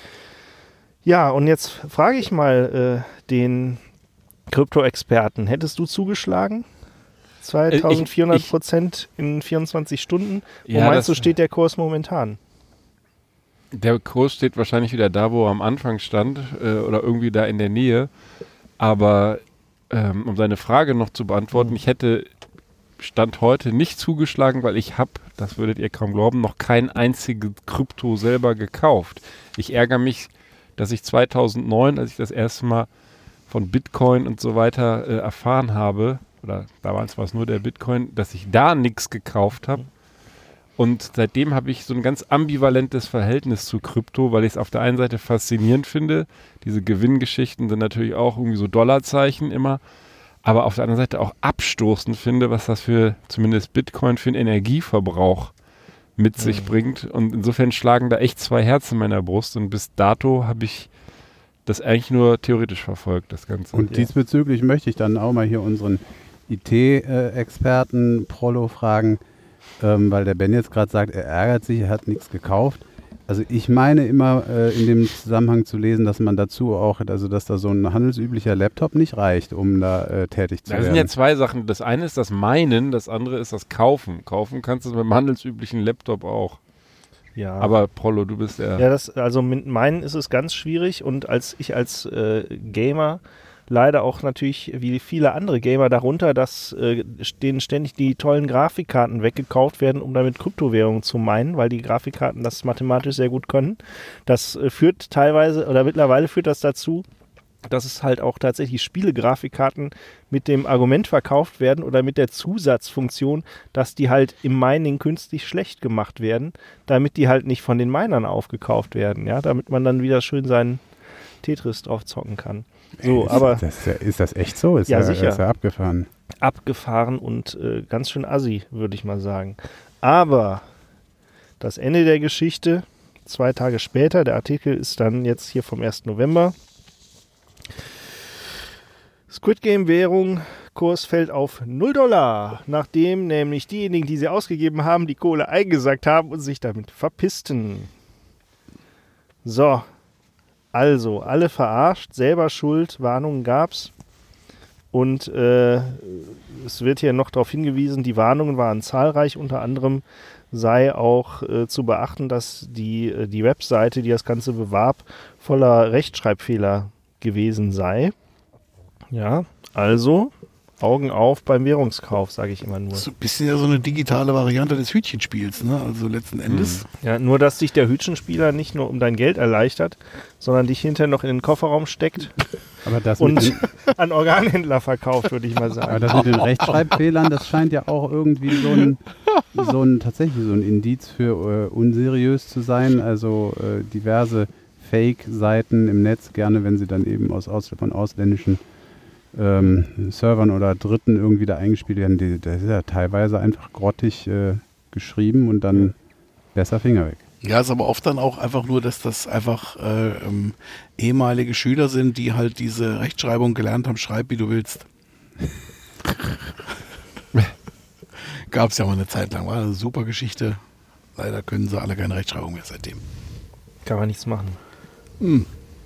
Ja, und jetzt frage ich mal äh, den Krypto-Experten. Hättest du zugeschlagen? zweitausendvierhundert Prozent in vierundzwanzig Stunden? Wo Ja, meinst du, das- steht der Kurs momentan? Der Kurs steht wahrscheinlich wieder da, wo er am Anfang stand äh, oder irgendwie da in der Nähe. Aber ähm, um seine Frage noch zu beantworten, ich hätte Stand heute nicht zugeschlagen, weil ich habe, das würdet ihr kaum glauben, noch kein einziges Krypto selber gekauft. Ich ärgere mich, dass ich zweitausendneun, als ich das erste Mal von Bitcoin und so weiter äh, erfahren habe, oder damals war es nur der Bitcoin, dass ich da nichts gekauft habe. Und seitdem habe ich so ein ganz ambivalentes Verhältnis zu Krypto, weil ich es auf der einen Seite faszinierend finde. Diese Gewinngeschichten sind natürlich auch irgendwie so Dollarzeichen immer. Aber auf der anderen Seite auch abstoßend finde, was das für zumindest Bitcoin für einen Energieverbrauch mit sich bringt. Und insofern schlagen da echt zwei Herzen in meiner Brust. Und bis dato habe ich das eigentlich nur theoretisch verfolgt, das Ganze. Und diesbezüglich möchte ich dann auch mal hier unseren I T-Experten Prollo fragen, ähm, weil der Ben jetzt gerade sagt, er ärgert sich, er hat nichts gekauft. Also ich meine immer äh, in dem Zusammenhang zu lesen, dass man dazu auch, also dass da so ein handelsüblicher Laptop nicht reicht, um da äh, tätig zu Da werden. sind ja zwei Sachen. Das eine ist das Meinen, das andere ist das Kaufen. Kaufen kannst du mit dem handelsüblichen Laptop auch. Ja. Aber Prollo, du bist der... Ja, das, also mit meinen ist es ganz schwierig, und als ich als äh, Gamer leider auch natürlich wie viele andere Gamer darunter, dass äh, denen ständig die tollen Grafikkarten weggekauft werden, um damit Kryptowährungen zu meinen, weil die Grafikkarten das mathematisch sehr gut können. Das äh, führt teilweise oder mittlerweile führt das dazu, dass es halt auch tatsächlich Spielegrafikkarten mit dem Argument verkauft werden oder mit der Zusatzfunktion, dass die halt im Mining künstlich schlecht gemacht werden, damit die halt nicht von den Minern aufgekauft werden, ja, damit man dann wieder schön seinen Tetris drauf zocken kann. So, ist, aber das, ist das echt so? Ist ja, ja, sicher. Ist ja abgefahren. Abgefahren und äh, ganz schön assi, würde ich mal sagen. Aber das Ende der Geschichte, zwei Tage später, der Artikel ist dann jetzt hier vom ersten November. Squid Game Währung, Kurs fällt auf null Dollar, nachdem nämlich diejenigen, die sie ausgegeben haben, die Kohle eingesackt haben und sich damit verpissten. So, also, alle verarscht, selber schuld, Warnungen gab's. Und äh, es wird hier noch darauf hingewiesen, die Warnungen waren zahlreich, unter anderem sei auch äh, zu beachten, dass die, äh, die Webseite, die das Ganze bewarb, voller Rechtschreibfehler gewesen sei. Ja, also Augen auf beim Währungskauf, sage ich immer nur. So ein bisschen ja so eine digitale Variante des Hütchenspiels, ne? Also letzten Endes. Ja, nur dass dich der Hütchenspieler nicht nur um dein Geld erleichtert, sondern dich hinterher noch in den Kofferraum steckt Aber das und mit den, an Organhändler verkauft, würde ich mal aber sagen. das mit den Rechtschreibfehlern, das scheint ja auch irgendwie so ein, so ein tatsächlich so ein Indiz für äh, unseriös zu sein. Also äh, diverse Fake-Seiten im Netz, gerne wenn sie dann eben aus, aus von ausländischen ähm, Servern oder Dritten irgendwie da eingespielt werden, die, das ist ja teilweise einfach grottig äh, geschrieben und dann besser Finger weg. Ja, ist aber oft dann auch einfach nur, dass das einfach äh, ähm, ehemalige Schüler sind, die halt diese Rechtschreibung gelernt haben, schreib wie du willst. Gab es ja mal eine Zeit lang, war eine super Geschichte. Leider können sie alle keine Rechtschreibung mehr seitdem. Kann man nichts machen. Hm.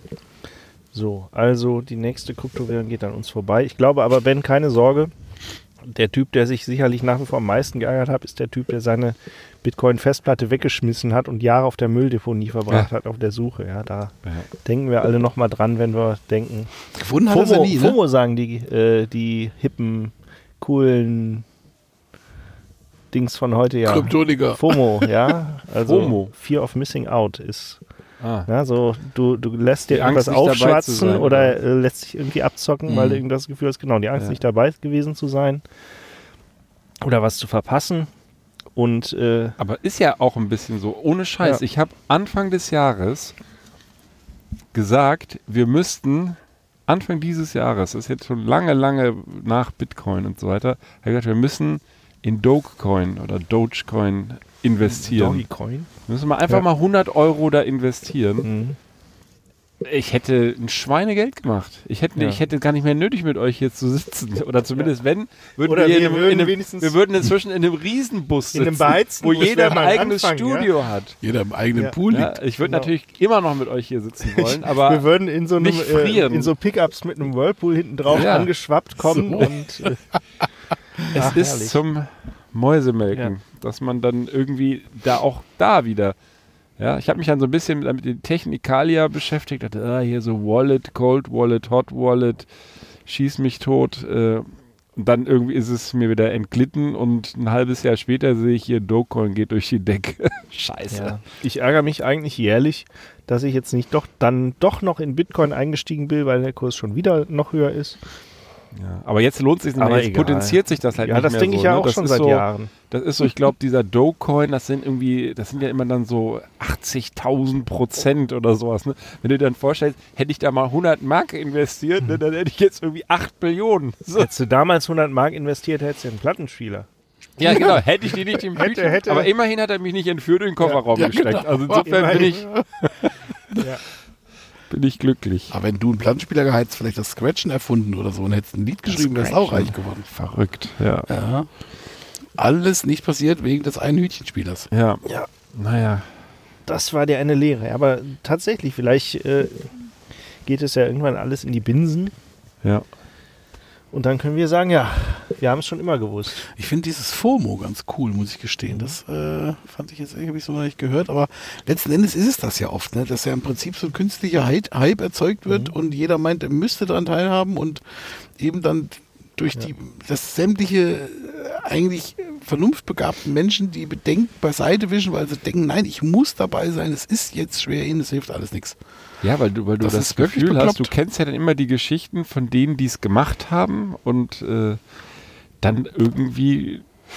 So, also die nächste Kryptowährung geht an uns vorbei. Ich glaube aber, Ben, keine Sorge, der Typ, der sich sicherlich nach wie vor am meisten geärgert hat, ist der Typ, der seine Bitcoin-Festplatte weggeschmissen hat und Jahre auf der Mülldeponie verbracht Ja. hat auf der Suche. Ja, da Ja. denken wir alle nochmal dran, wenn wir denken. Gefunden hat er sie FOMO, nie, ne? FOMO sagen die, äh, die hippen, coolen Dings von heute ja. Kryptoniker. FOMO, ja. Also FOMO. Fear of Missing Out ist. Ah. Ja, so, du, du lässt dir Die Angst, irgendwas nicht dabei zu aufschwatzen sein, oder äh, lässt dich irgendwie abzocken, Mhm. weil du irgendwie das Gefühl hast, genau, die Angst, Ja. nicht dabei gewesen zu sein oder was zu verpassen. Und äh, Aber ist ja auch ein bisschen so, ohne Scheiß. Ja. Ich habe Anfang des Jahres gesagt, wir müssten, Anfang dieses Jahres, das ist jetzt schon lange, lange nach Bitcoin und so weiter, habe ich gesagt, wir müssen in Dogecoin oder Dogecoin investieren. Dogecoin. Wir müssen mal einfach Ja. mal hundert Euro da investieren. Mhm. Ich hätte ein Schweinegeld gemacht. Ich hätte, Ja. ich hätte gar nicht mehr nötig, mit euch hier zu sitzen. Oder zumindest wenn, würden Oder wir, wir in einem, würden in einem, wenigstens- wir würden inzwischen in einem Riesenbus In sitzen, einem beheizten wo Bus jeder wäre ein mal ein eigenes Anfang, ja? Studio hat. Jeder im eigenen Ja. Pool Ja, liegt. ich würde Genau. natürlich immer noch mit euch hier sitzen wollen, aber Wir würden in so einem nicht äh, frieren. in so Pickups mit einem Whirlpool hinten drauf Ja. angeschwappt kommen So. und äh, es ach, ist herrlich. zum Mäusemelken, Ja. dass man dann irgendwie da auch da wieder. Ja, ich habe mich dann so ein bisschen mit, mit den Technikalia beschäftigt, dachte, ah, hier so Wallet, Cold Wallet, Hot Wallet, schieß mich tot. Äh, und dann irgendwie ist es mir wieder entglitten und ein halbes Jahr später sehe ich hier, Dogecoin geht durch die Decke. Scheiße. Ja. Ich ärgere mich eigentlich jährlich, dass ich jetzt nicht doch dann doch noch in Bitcoin eingestiegen bin, weil der Kurs schon wieder noch höher ist. Ja, aber jetzt lohnt es sich nicht Aber mehr, jetzt egal. potenziert sich das halt Ja, nicht das mehr denke so, ich ja ne? auch Das schon ist seit so, Jahren. Das ist so, ich glaube, dieser Dogecoin, das sind irgendwie, das sind ja immer dann so achtzigtausend Prozent oder sowas. Ne? Wenn du dir dann vorstellst, hätte ich da mal hundert Mark investiert, ne, dann hätte ich jetzt irgendwie acht Billionen. So. Hättest du damals hundert Mark investiert, hättest du einen Plattenspieler. Ja, genau, hätte ich die nicht im Hätte, Büchlein. hätte. Aber immerhin hat er mich nicht entführt und in den Kofferraum Ja, gesteckt. genau. Also insofern bin ich, Ja. bin ich glücklich. Aber wenn du einen Plattenspieler geheizt, vielleicht das Scratchen erfunden oder so und hättest ein Lied geschrieben, wärst du auch reich geworden. Verrückt, ja. Ja. Alles nicht passiert wegen des einen Hütchenspielers. Ja, Ja. naja. Das war dir eine Lehre. Aber tatsächlich, vielleicht äh, geht es ja irgendwann alles in die Binsen. Ja. Und dann können wir sagen, ja, wir haben es schon immer gewusst. Ich finde dieses FOMO ganz cool, muss ich gestehen. Das äh, fand ich jetzt, habe ich so noch nicht gehört, aber letzten Endes ist es das ja oft, ne? Dass ja im Prinzip so ein künstlicher Hype Hype erzeugt wird und jeder meint, er müsste daran teilhaben und eben dann durch die, das sämtliche äh, eigentlich vernunftbegabten Menschen, die bedenkt beiseite wischen, weil sie denken, nein, ich muss dabei sein, es ist jetzt schwer hin, es hilft alles nichts. Ja, weil du, weil du Das das, ist wirklich Gefühl hast, du bekloppt. kennst ja dann immer die Geschichten von denen, die es gemacht haben und äh, dann irgendwie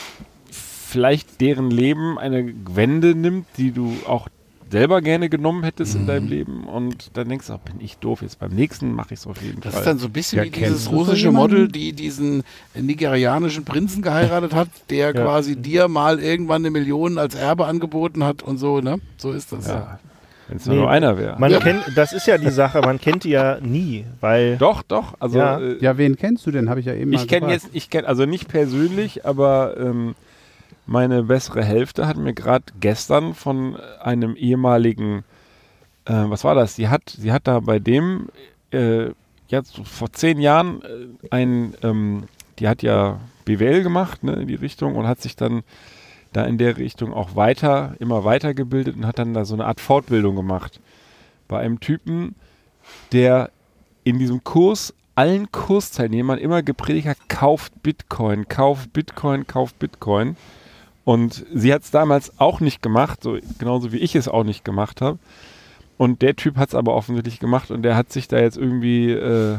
vielleicht deren Leben eine Wende nimmt, die du auch selber gerne genommen hättest Mhm. in deinem Leben und dann denkst du, oh, bin ich doof, jetzt beim nächsten mache ich es auf jeden Das Fall. ist dann so ein bisschen Ja, wie kennst dieses du so russische jemanden? Model, die diesen nigerianischen Prinzen geheiratet hat, der Ja. quasi dir mal irgendwann eine Million als Erbe angeboten hat und so, ne? So ist das. ja, wenn es Nee, nur einer wäre. Man kennt, das ist ja die Sache, man kennt die ja nie, weil Doch, doch, also Ja. äh, Ja, wen kennst du denn? Habe ich ja eben mal ich kenne gefragt. jetzt, ich kenne, also nicht persönlich, aber ähm, meine bessere Hälfte hat mir gerade gestern von einem ehemaligen, äh, was war das? Sie hat, sie hat da bei dem, äh, jetzt so vor zehn Jahren äh, ein, ähm, die hat ja B W L gemacht, ne, in die Richtung und hat sich dann da in der Richtung auch weiter, immer weitergebildet und hat dann da so eine Art Fortbildung gemacht. Bei einem Typen, der in diesem Kurs allen Kursteilnehmern immer gepredigt hat, kauft Bitcoin, kauft Bitcoin, kauft Bitcoin. Und sie hat es damals auch nicht gemacht, so genauso wie ich es auch nicht gemacht habe. Und der Typ hat es aber offensichtlich gemacht und der hat sich da jetzt irgendwie äh,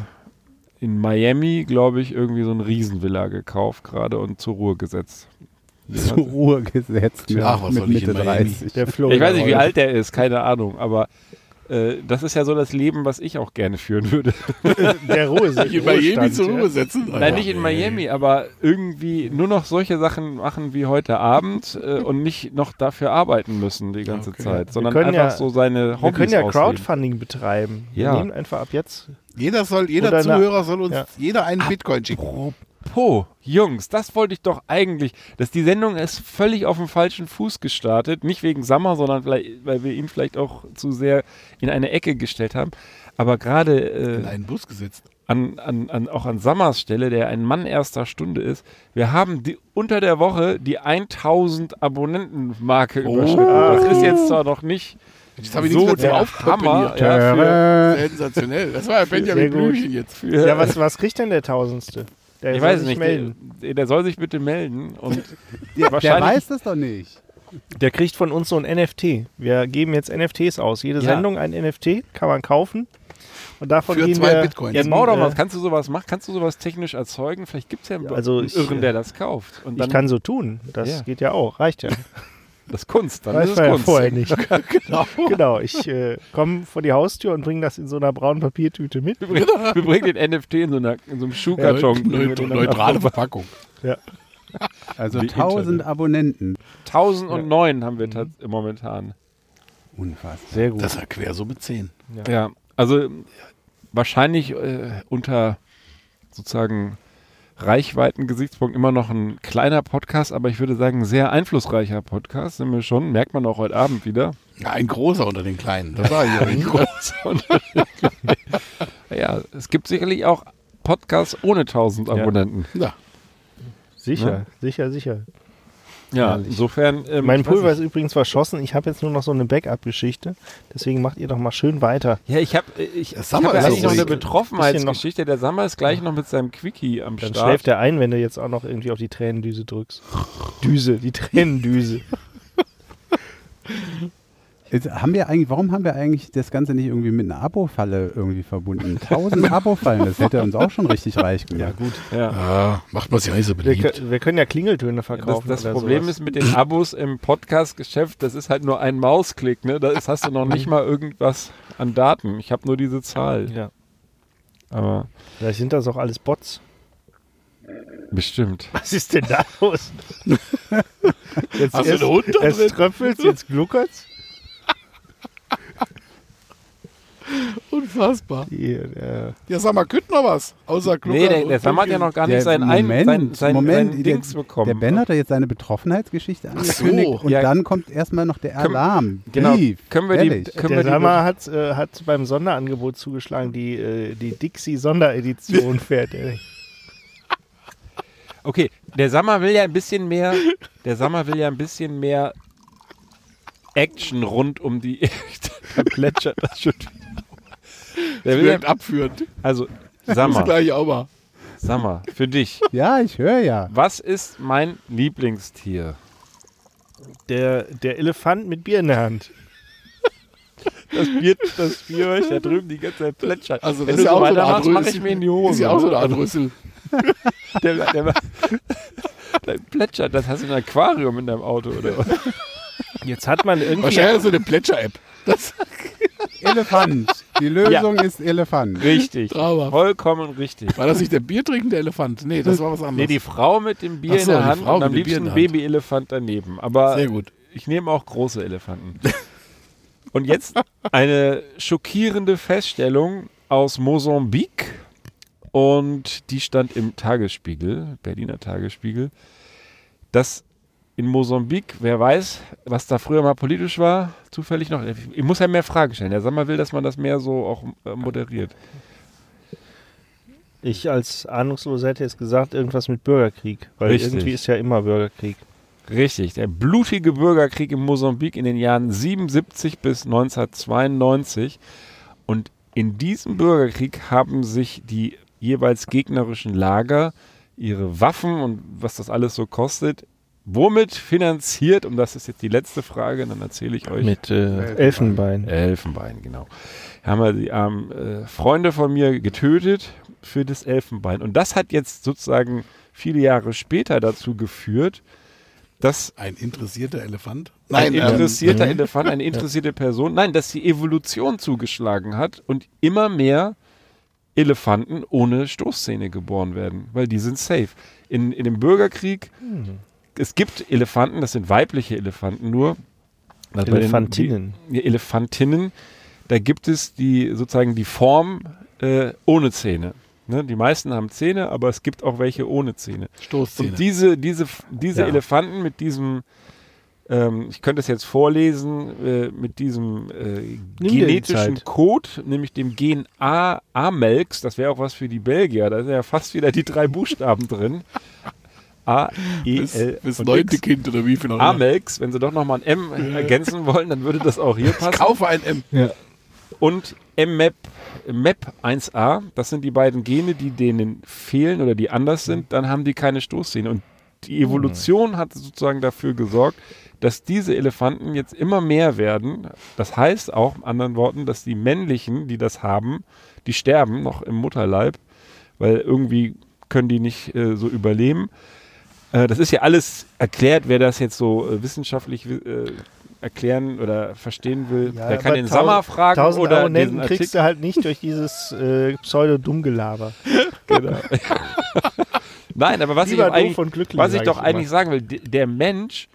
in Miami, glaube ich, irgendwie so ein Riesenvilla gekauft gerade und zur Ruhe gesetzt. Zur Ruhe gesetzt mit, Ach, was mit soll ich in Mitte Miami? dreißig. der Flo. Ich weiß nicht, wie alt der ist, keine Ahnung, aber äh, das ist ja so das Leben, was ich auch gerne führen würde. der Ruhe Sich in Miami zur Ruhe setzen. Nein, nicht in Miami, aber irgendwie nur noch solche Sachen machen wie heute Abend äh, und nicht noch dafür arbeiten müssen die ganze Okay. Zeit, sondern können einfach ja- so seine Wir Hobbys können ja ausleben. Crowdfunding betreiben. Wir Ja. nehmen einfach ab jetzt. Jeder soll, jeder Oder na- Zuhörer soll uns ja. jeder einen Bitcoin schicken. Apropos, Jungs, das wollte ich doch eigentlich, dass die Sendung ist völlig auf dem falschen Fuß gestartet, nicht wegen Sammer, sondern vielleicht, weil wir ihn vielleicht auch zu sehr in eine Ecke gestellt haben, aber gerade In äh, einen Bus gesetzt. an, an, an, auch an Sammers Stelle, der ein Mann erster Stunde ist, wir haben die, unter der Woche die tausend Abonnenten-Marke überschritten. Das ist jetzt zwar noch nicht Jetzt habe ich so nichts mehr zum der Aufpöppeln Hammer, hier. ja, für, Sensationell. Das war ja Benjamin Sehr gut. Blümchen jetzt. für Ja, was, was kriegt denn der Tausendste? Der ich soll weiß sich nicht, melden. der, der soll sich bitte melden und Der, der wahrscheinlich weiß das doch nicht. Der kriegt von uns so ein N F T. Wir geben jetzt N F Ts aus. Jede Ja. Sendung ein N F T, kann man kaufen. Und davon Für gehen zwei wir Bitcoins. Jetzt in, bau doch mal, äh, kannst du sowas machen? Kannst du sowas technisch erzeugen? Vielleicht gibt es ja einen, Also einen ich, Irren, äh, der das kauft. Und dann Ich kann so tun. Das Ja. geht ja auch. Reicht ja. das ist Kunst, dann Weiß ist es man ja Kunst. vorher nicht. Genau. Genau. Ich äh, komme vor die Haustür und bringe das in so einer braunen Papiertüte mit. Wir bringen, wir bringen den N F T in so, einer, in so einem Schuhkarton. Neut neutrale Verpackung. Also Wie tausend Internet. Abonnenten. tausendneun haben wir tats- momentan. Unfassbar. Sehr gut. Das ist ja Quersumme zehn. Ja, also wahrscheinlich äh, unter sozusagen Reichweiten-Gesichtspunkt immer noch ein kleiner Podcast, aber ich würde sagen, ein sehr einflussreicher Podcast, sind wir schon, merkt man auch heute Abend wieder. Ja, ein großer unter den Kleinen. Das war ja ein großer. Ja, es gibt sicherlich auch Podcasts ohne tausend Ja. Abonnenten. Ja. Sicher, Ne? sicher, sicher. Ja, Herrlich. insofern. Ähm, Mein ich weiß Pulver nicht. ist übrigens verschossen. Ich habe jetzt nur noch so eine Backup-Geschichte. Deswegen macht ihr doch mal schön weiter. Ja, ich habe ich, Der ich Summer hab ist eigentlich so noch eine ruhig. Betroffenheitsgeschichte. Der Sammer ist gleich noch mit seinem Quickie am Dann Start. schläft er ein, wenn du jetzt auch noch irgendwie auf die Tränendüse drückst. Düse, die Tränendüse. Jetzt haben wir eigentlich, warum haben wir eigentlich das Ganze nicht irgendwie mit einer Abo-Falle irgendwie verbunden? Tausend Abo-Fallen, das hätte uns auch schon richtig reich gemacht. gut. Ja. Ja, macht man sich ja nicht so Wir, beliebt. kö- wir können ja Klingeltöne Das, verkaufen. das oder Problem sowas. ist mit den Abos im Podcast-Geschäft, das ist halt nur ein Mausklick. Ne? Da ist, hast du noch nicht mal irgendwas an Daten. Ich habe nur diese Zahl. Ja. Aber Vielleicht sind das auch alles Bots. bestimmt. Was ist denn da los? Jetzt Hast du erst, einen Hund da erst drin? tröpfelt's, jetzt gluckert's. Unfassbar. Die, äh, Ja, sag mal, könnte noch was. Außer Klucker Nee, der, und der Sammer hat ja noch gar nicht Der- sein, ein, Moment, sein, sein, Moment, sein der- Dings bekommen. Der Ben hat ja jetzt seine Betroffenheitsgeschichte so. angekündigt und Ja. dann kommt erstmal noch der Können- Alarm. genau. Brief. Können wir die- Ehrlich. können der wir die- Sammer hat, äh, hat beim Sonderangebot zugeschlagen, die, äh, die Dixie-Sonderedition fährt. er. Okay, der Sammer will ja ein bisschen mehr, der Sammer will ja ein bisschen mehr Action rund um die, da plätschert das schon wieder. Der will ja, Wirkt abführend. also Muss Sammer, gleich auch mal. Sag mal, für dich. Ja, ich höre ja. Was ist mein Lieblingstier? Der, der Elefant mit Bier in der Hand. Das Bier, das Bier, euch da drüben die ganze Zeit plätschert. Also Wenn das du ist ja so auch so eine Art weitermachst, mache Rüssel. ich mir in die Hose. Ist ja auch so eine Art Rüssel. Der, der, der, der plätschert, das hast du ein Aquarium in deinem Auto, oder was? Jetzt hat man irgendwie... Wahrscheinlich so eine Plätscher-App. Das Elefant. Die Lösung ist Elefant. Richtig. Traumhaft. Vollkommen richtig. War das nicht der biertrinkende Elefant? Nee, das war was anderes. Nee, die Frau mit dem Bier Ach so, in der die Hand Frau und mit am dem Bier liebsten in der ein Hand. Babyelefant daneben. Aber Sehr gut. ich nehme auch große Elefanten. Und jetzt eine schockierende Feststellung aus Mosambik. Und die stand im Tagesspiegel, Berliner Tagesspiegel, dass in Mosambik, wer weiß, was da früher mal politisch war, zufällig noch. Ich muss ja mehr Fragen stellen. Der Sammer will, dass man das mehr so auch äh, moderiert. Ich als Ahnungsloser hätte jetzt gesagt, irgendwas mit Bürgerkrieg. Weil Richtig. irgendwie ist ja immer Bürgerkrieg. Richtig, der blutige Bürgerkrieg in Mosambik in den Jahren siebenundsiebzig bis neunzehnhundertzweiundneunzig. Und in diesem Bürgerkrieg haben sich die jeweils gegnerischen Lager ihre Waffen und was das alles so kostet, womit finanziert, und das ist jetzt die letzte Frage, dann erzähle ich euch. Mit äh, Elfenbein. Elfenbein, genau. Haben wir die armen äh, Freunde von mir getötet für das Elfenbein. Und das hat jetzt sozusagen viele Jahre später dazu geführt, dass Ein interessierter Elefant? ein ähm, interessierter mhm. Elefant, eine interessierte Person, nein, dass die Evolution zugeschlagen hat und immer mehr Elefanten ohne Stoßzähne geboren werden, weil die sind safe. In, in dem Bürgerkrieg, es gibt Elefanten, das sind weibliche Elefanten nur. Also bei den- Elefantinnen. Die, die Elefantinnen, da gibt es die sozusagen die Form äh, ohne Zähne. Ne? Die meisten haben Zähne, aber es gibt auch welche ohne Zähne. Stoßzähne. Und diese, diese, diese Ja. Elefanten mit diesem, ähm, ich könnte es jetzt vorlesen, äh, mit diesem äh, Nimm dir die genetischen Zeit. Code, nämlich dem Gen A, A-Melx, das wäre auch was für die Belgier, da sind ja fast wieder die drei Buchstaben drin. A, E, bis L bis und neunte X. Kind oder wie viel auch immer. Amelx, wenn sie doch nochmal ein M ergänzen wollen, dann würde das auch hier Ich passen. kaufe ein M. Und M M A P eins A, das sind die beiden Gene, die denen fehlen oder die anders sind, dann haben die keine Stoßzähne. Und die Evolution hat sozusagen dafür gesorgt, dass diese Elefanten jetzt immer mehr werden. Das heißt auch, in anderen Worten, dass die männlichen, die das haben, die sterben noch im Mutterleib, weil irgendwie können die nicht äh, so überleben. Äh, das ist ja alles erklärt, wer das jetzt so äh, wissenschaftlich äh, erklären oder verstehen will, Ja, der kann aber den tausend- Sammer fragen Tausend oder Abonnenten diesen kriegst du halt nicht durch dieses äh, Pseudo-Dummgelaber. Genau. Nein, aber was ich, Lieber doch doof eigentlich, und glücklich, was ich sag doch ich eigentlich immer. sagen will, d- der Mensch,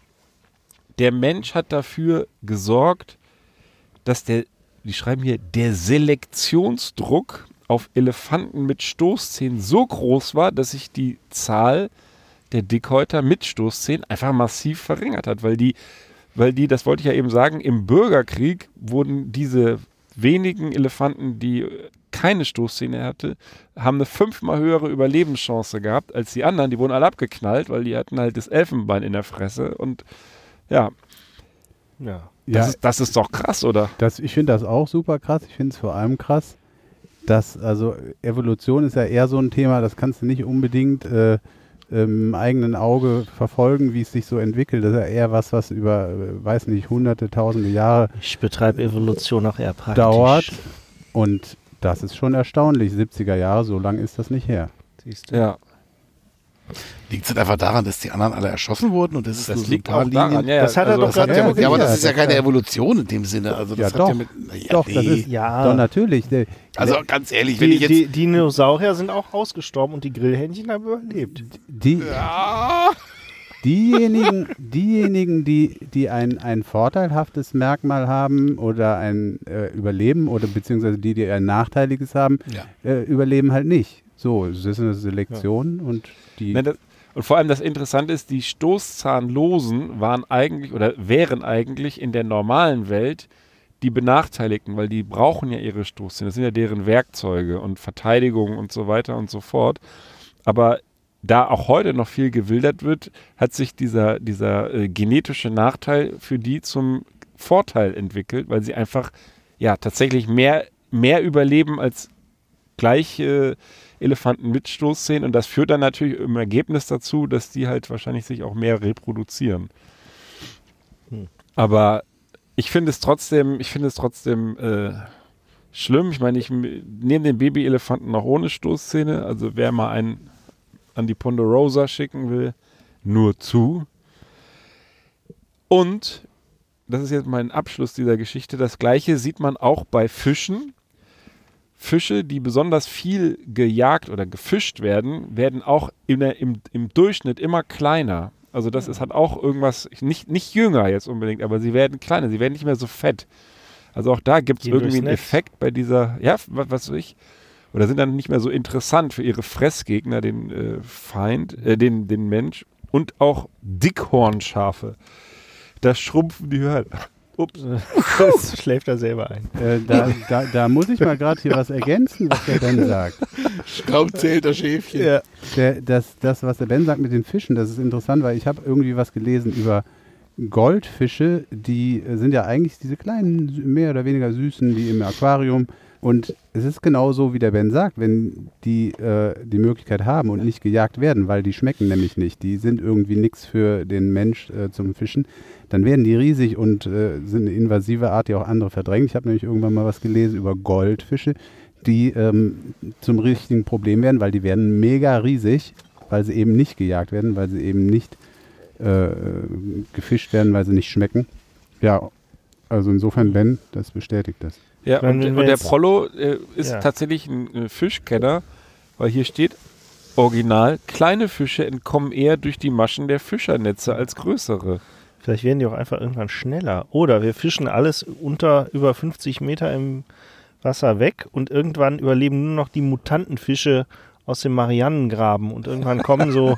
der Mensch hat dafür gesorgt, dass der, die schreiben hier, der Selektionsdruck auf Elefanten mit Stoßzähnen so groß war, dass sich die Zahl der Dickhäuter mit Stoßzähnen einfach massiv verringert hat, weil die, weil die, das wollte ich ja eben sagen, im Bürgerkrieg wurden diese wenigen Elefanten, die keine Stoßzähne hatte, haben eine fünfmal höhere Überlebenschance gehabt als die anderen. Die wurden alle abgeknallt, weil die hatten halt das Elfenbein in der Fresse. Und ja, Ja. das, Ja, ist, das ist doch krass, oder? das, ich finde das auch super krass. Ich finde es vor allem krass, dass, also Evolution ist ja eher so ein Thema, das kannst du nicht unbedingt äh, im eigenen Auge verfolgen, wie es sich so entwickelt. Das ist ja eher was, was über, äh, weiß nicht, hunderte, tausende Jahre Ich betreibe Evolution auch eher praktisch. dauert. Und das ist schon erstaunlich. siebziger Jahre, so lang ist das nicht her. Siehst du. Ja, Liegt es halt einfach daran, dass die anderen alle erschossen wurden und das ist das nur so liegt ein paar auch daran. Linien? Ja, ja, Das hat er doch das gerade hat Ja, Ja, aber, ja, aber das sicher, ist ja das keine ja- Evolution in dem Sinne. Also das Ja, hat doch. ja mit, na ja, Doch, das nee. ist Ja. doch natürlich. Der, Also ganz ehrlich, wenn Die, ich jetzt... die, die Dinosaurier sind auch ausgestorben und die Grillhähnchen haben überlebt. die, ja, diejenigen, diejenigen, die, die ein, ein vorteilhaftes Merkmal haben oder ein äh, Überleben oder beziehungsweise die, die ein nachteiliges haben, ja. äh, überleben halt nicht. So, es ist eine Selektion und die. Ne, das, und vor allem das Interessante ist, die Stoßzahnlosen waren eigentlich oder wären eigentlich in der normalen Welt die Benachteiligten, weil die brauchen ja ihre Stoßzähne. Das sind ja deren Werkzeuge und Verteidigung und so weiter und so fort. Aber da auch heute noch viel gewildert wird, hat sich dieser, dieser äh, genetische Nachteil für die zum Vorteil entwickelt, weil sie einfach ja tatsächlich mehr, mehr überleben als gleich äh, Elefanten mit Stoßzähnen und das führt dann natürlich im Ergebnis dazu, dass die halt wahrscheinlich sich auch mehr reproduzieren. Hm. Aber ich finde es trotzdem, ich finde es trotzdem äh, schlimm. Ich meine, ich nehme den Babyelefanten auch ohne Stoßzähne. Also wer mal einen an die Ponderosa schicken will, nur zu. Und, das ist jetzt mein Abschluss dieser Geschichte, das Gleiche sieht man auch bei Fischen. Fische, die besonders viel gejagt oder gefischt werden, werden auch in der, im, im Durchschnitt immer kleiner. Also das ist halt auch irgendwas, nicht, nicht jünger jetzt unbedingt, aber sie werden kleiner, sie werden nicht mehr so fett. Also auch da gibt es Gehen irgendwie durchs einen Netz. Effekt bei dieser, ja, was, was weiß ich, oder sind dann nicht mehr so interessant für ihre Fressgegner, den äh, Feind, äh, den, den Mensch und auch Dickhornschafe. Da schrumpfen die Hörner. Ups. Das schläft er selber ein. Äh, da, da, da muss ich mal gerade hier was ergänzen, was der Ben sagt. Schraubzählter Schäfchen. Ja. Der, das, das, was der Ben sagt mit den Fischen, das ist interessant, weil ich habe irgendwie was gelesen über Goldfische, die äh, sind ja eigentlich diese kleinen, mehr oder weniger süßen, die im Aquarium. Und es ist genauso, wie der Ben sagt, wenn die äh, die Möglichkeit haben und nicht gejagt werden, weil die schmecken nämlich nicht, die sind irgendwie nichts für den Mensch äh, zum Fischen, dann werden die riesig und äh, sind eine invasive Art, die auch andere verdrängt. Ich habe nämlich irgendwann mal was gelesen über Goldfische, die ähm, zum richtigen Problem werden, weil die werden mega riesig, weil sie eben nicht gejagt werden, weil sie eben nicht äh, gefischt werden, weil sie nicht schmecken. Ja, also insofern, Ben, das bestätigt das. Ja, Ich meine, und, wenn und wir der jetzt- Prollo äh, ist Ja. tatsächlich ein äh, Fischkenner, weil hier steht original, kleine Fische entkommen eher durch die Maschen der Fischernetze als größere. Vielleicht werden die auch einfach irgendwann schneller. Oder wir fischen alles unter über fünfzig Meter im Wasser weg und irgendwann überleben nur noch die Mutantenfische aus dem Marianengraben und irgendwann kommen so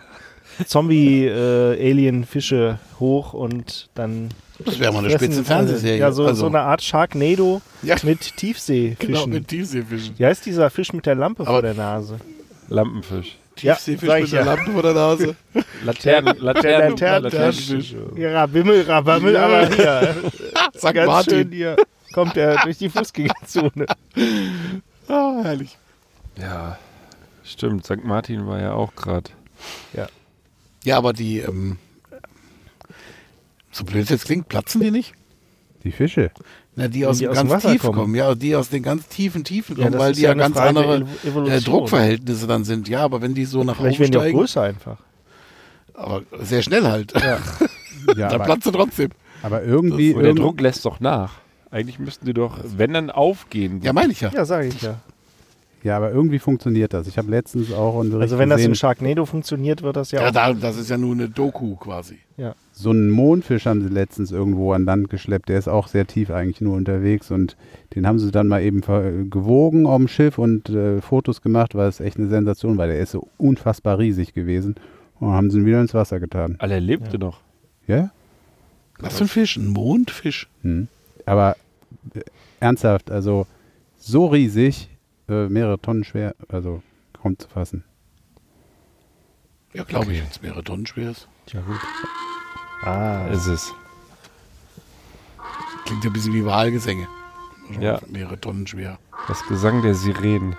Zombie-Alien-Fische hoch und dann Das wäre mal eine fressen spitze alle. Fernsehserie. Ja, so, also, so eine Art Sharknado Ja. mit Tiefseefischen. genau, mit Tiefseefischen. Wie heißt dieser Fisch mit der Lampe vor Aber- der Nase? Lampenfisch. Ja, Tiefseefisch sag mit ich der ja. Lampe vor der Nase. Laternen, Laternen- Laternen, Laternenfisch. Ja, Rabimmel, Rabammel, aber hier. Sagt Ganz Martin. schön hier. Kommt er durch die Fußgängerzone. Ah, herrlich. Ja, stimmt. Sankt Martin war ja auch gerade. Ja, aber die, ähm, so blöd es jetzt klingt, platzen die nicht? Die Fische. Na, die aus die dem aus dem ganz Wasser Tiefen kommen. kommen. Ja, die aus den ganz tiefen Tiefen Ja, kommen, das weil ist die ja ja eine ganz Frage der andere Evo- äh, Evolution. Druckverhältnisse dann sind. Ja, aber wenn die so nach Vielleicht oben werden die auch steigen, größer einfach. aber sehr schnell halt, Ja. Ja, dann aber, platzt sie trotzdem. aber irgendwie. Aber der irgend- Druck lässt doch nach. Eigentlich müssten die doch, wenn dann, aufgehen. Ja, meine ich ja. Ja, sage ich ja. Ja, aber irgendwie funktioniert das. Ich habe letztens auch einen Bericht Also wenn das im gesehen, Sharknado funktioniert, wird das ja, Ja, auch. da, das ist ja nur eine Doku quasi. so einen Mondfisch haben sie letztens irgendwo an Land geschleppt. Der ist auch sehr tief eigentlich nur unterwegs und den haben sie dann mal eben ver- gewogen auf dem Schiff und äh, Fotos gemacht, weil es echt eine Sensation war. Der ist so unfassbar riesig gewesen und haben sie ihn wieder ins Wasser getan. Alle lebte noch. Ja? Was für ein Fisch? Ein Mondfisch? Hm. Aber äh, ernsthaft, also so riesig, äh, mehrere Tonnen schwer, also kaum zu fassen. Ja, glaube ich, wenn es mehrere Tonnen schwer ist. Tja, gut. Ah, Ist es. Klingt ja ein bisschen wie Walgesänge. Ja. Mehrere Tonnen schwer. Das Gesang der Sirenen.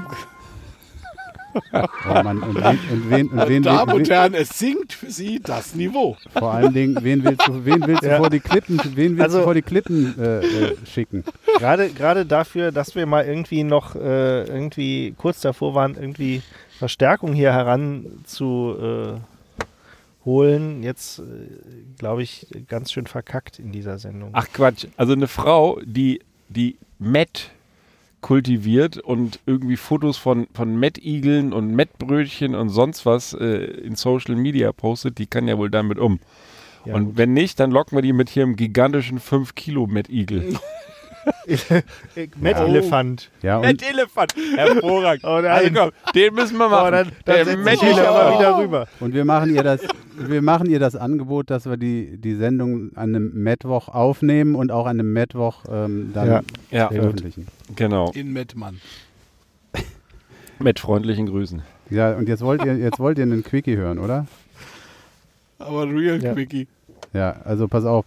Oh Mann, und wen, und wen, und wen, Damen wen, und Herren, es sinkt für Sie das Niveau. vor allen Dingen, wen willst du, wen willst du Ja. vor die Klippen, wen willst Also- du vor die Klippen äh, äh, schicken? gerade gerade dafür, dass wir mal irgendwie noch äh, irgendwie kurz davor waren, irgendwie Verstärkung hier heran zu äh, holen. Jetzt, äh, glaube ich, ganz schön verkackt in dieser Sendung. Ach Quatsch, also eine Frau, die, die Met kultiviert und irgendwie Fotos von, von Mettigeln und Mettbrötchen und sonst was äh, in Social Media postet, die kann ja wohl damit um. Ja, und gut. wenn nicht, dann locken wir die mit hier einem gigantischen fünf Kilo Mettigel. Met-Elefant. Ja, und, Mettelefant, hervorragend. Oh nein. Also komm, den müssen wir machen. Oh, dann dann Der setze ich Mettelefant. mich aber wieder rüber. und wir machen ihr das, wir machen ihr das Angebot, dass wir die, die Sendung an einem Mittwoch aufnehmen und auch an einem Mittwoch ähm, dann Ja. Ja, veröffentlichen. genau. In Mettmann. Mit freundlichen Grüßen. Ja, und jetzt wollt ihr, jetzt wollt ihr einen Quickie hören, oder? Aber real Ja. Quickie. Ja, also pass auf.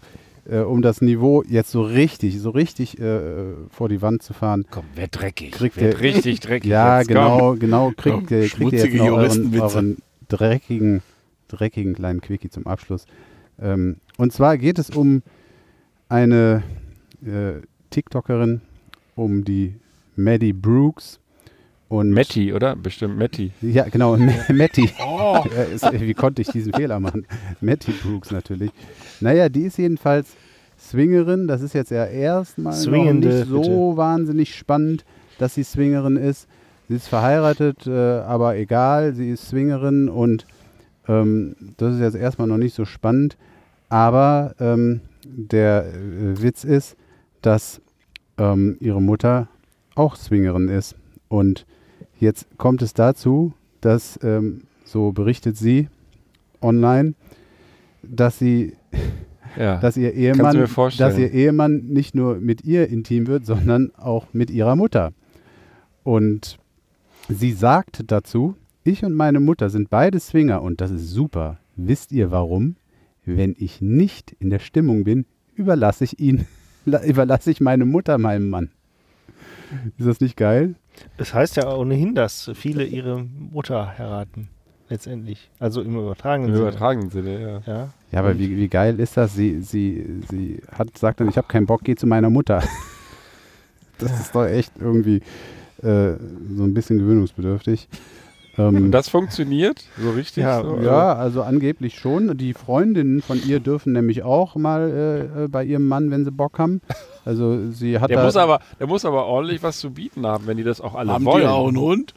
äh, um das Niveau jetzt so richtig, so richtig äh, vor die Wand zu fahren. Komm, wer dreckig. Kriegt wer ihr- richtig dreckig. Ja, jetzt, genau, komm. genau. Kriegt, ihr- kriegt ihr jetzt schmutzige noch euren, Juristenwitze. euren dreckigen, dreckigen kleinen Quickie zum Abschluss. Ähm, und zwar geht es um eine äh, TikTokerin, um die Maddie Brooks. Und Matti, oder? Bestimmt Matti. Ja, genau, M- Matty. Äh, ist, wie konnte ich diesen Fehler machen? Matty Brooks natürlich. Naja, die ist jedenfalls Swingerin. Das ist jetzt ja erstmal noch Swingende, nicht so bitte. wahnsinnig spannend, dass sie Swingerin ist. Sie ist verheiratet, äh, aber egal, sie ist Swingerin und ähm, das ist jetzt erstmal noch nicht so spannend. Aber ähm, der äh, Witz ist, dass ähm, ihre Mutter auch Swingerin ist. Und jetzt kommt es dazu, dass, ähm, so berichtet sie online, dass sie, Ja. dass ihr Kannst du mir Ehemann, vorstellen. dass ihr Ehemann nicht nur mit ihr intim wird, sondern auch mit ihrer Mutter. Und sie sagt dazu, ich und meine Mutter sind beide Swinger und das ist super. Wisst ihr warum? Wenn ich nicht in der Stimmung bin, überlasse ich ihn, überlasse ich meine Mutter meinem Mann. Ist das nicht geil? Es heißt ja ohnehin, dass viele ihre Mutter heiraten. Letztendlich. Also im übertragenen Im Sinne. übertragenen Sinne, ja. Ja. Ja, aber wie, wie geil ist das? Sie, sie, sie hat, sagt dann, ich habe keinen Bock, geh zu meiner Mutter. Das ist doch echt irgendwie äh, so ein bisschen gewöhnungsbedürftig. Ähm, Und das funktioniert so richtig? Ja, so? ja, also angeblich schon. Die Freundinnen von ihr dürfen nämlich auch mal äh, äh, bei ihrem Mann, wenn sie Bock haben. Also sie hat Der da, muss, aber, der muss aber ordentlich was zu bieten haben, wenn die das auch alle Haben wollen. die auch einen Hund?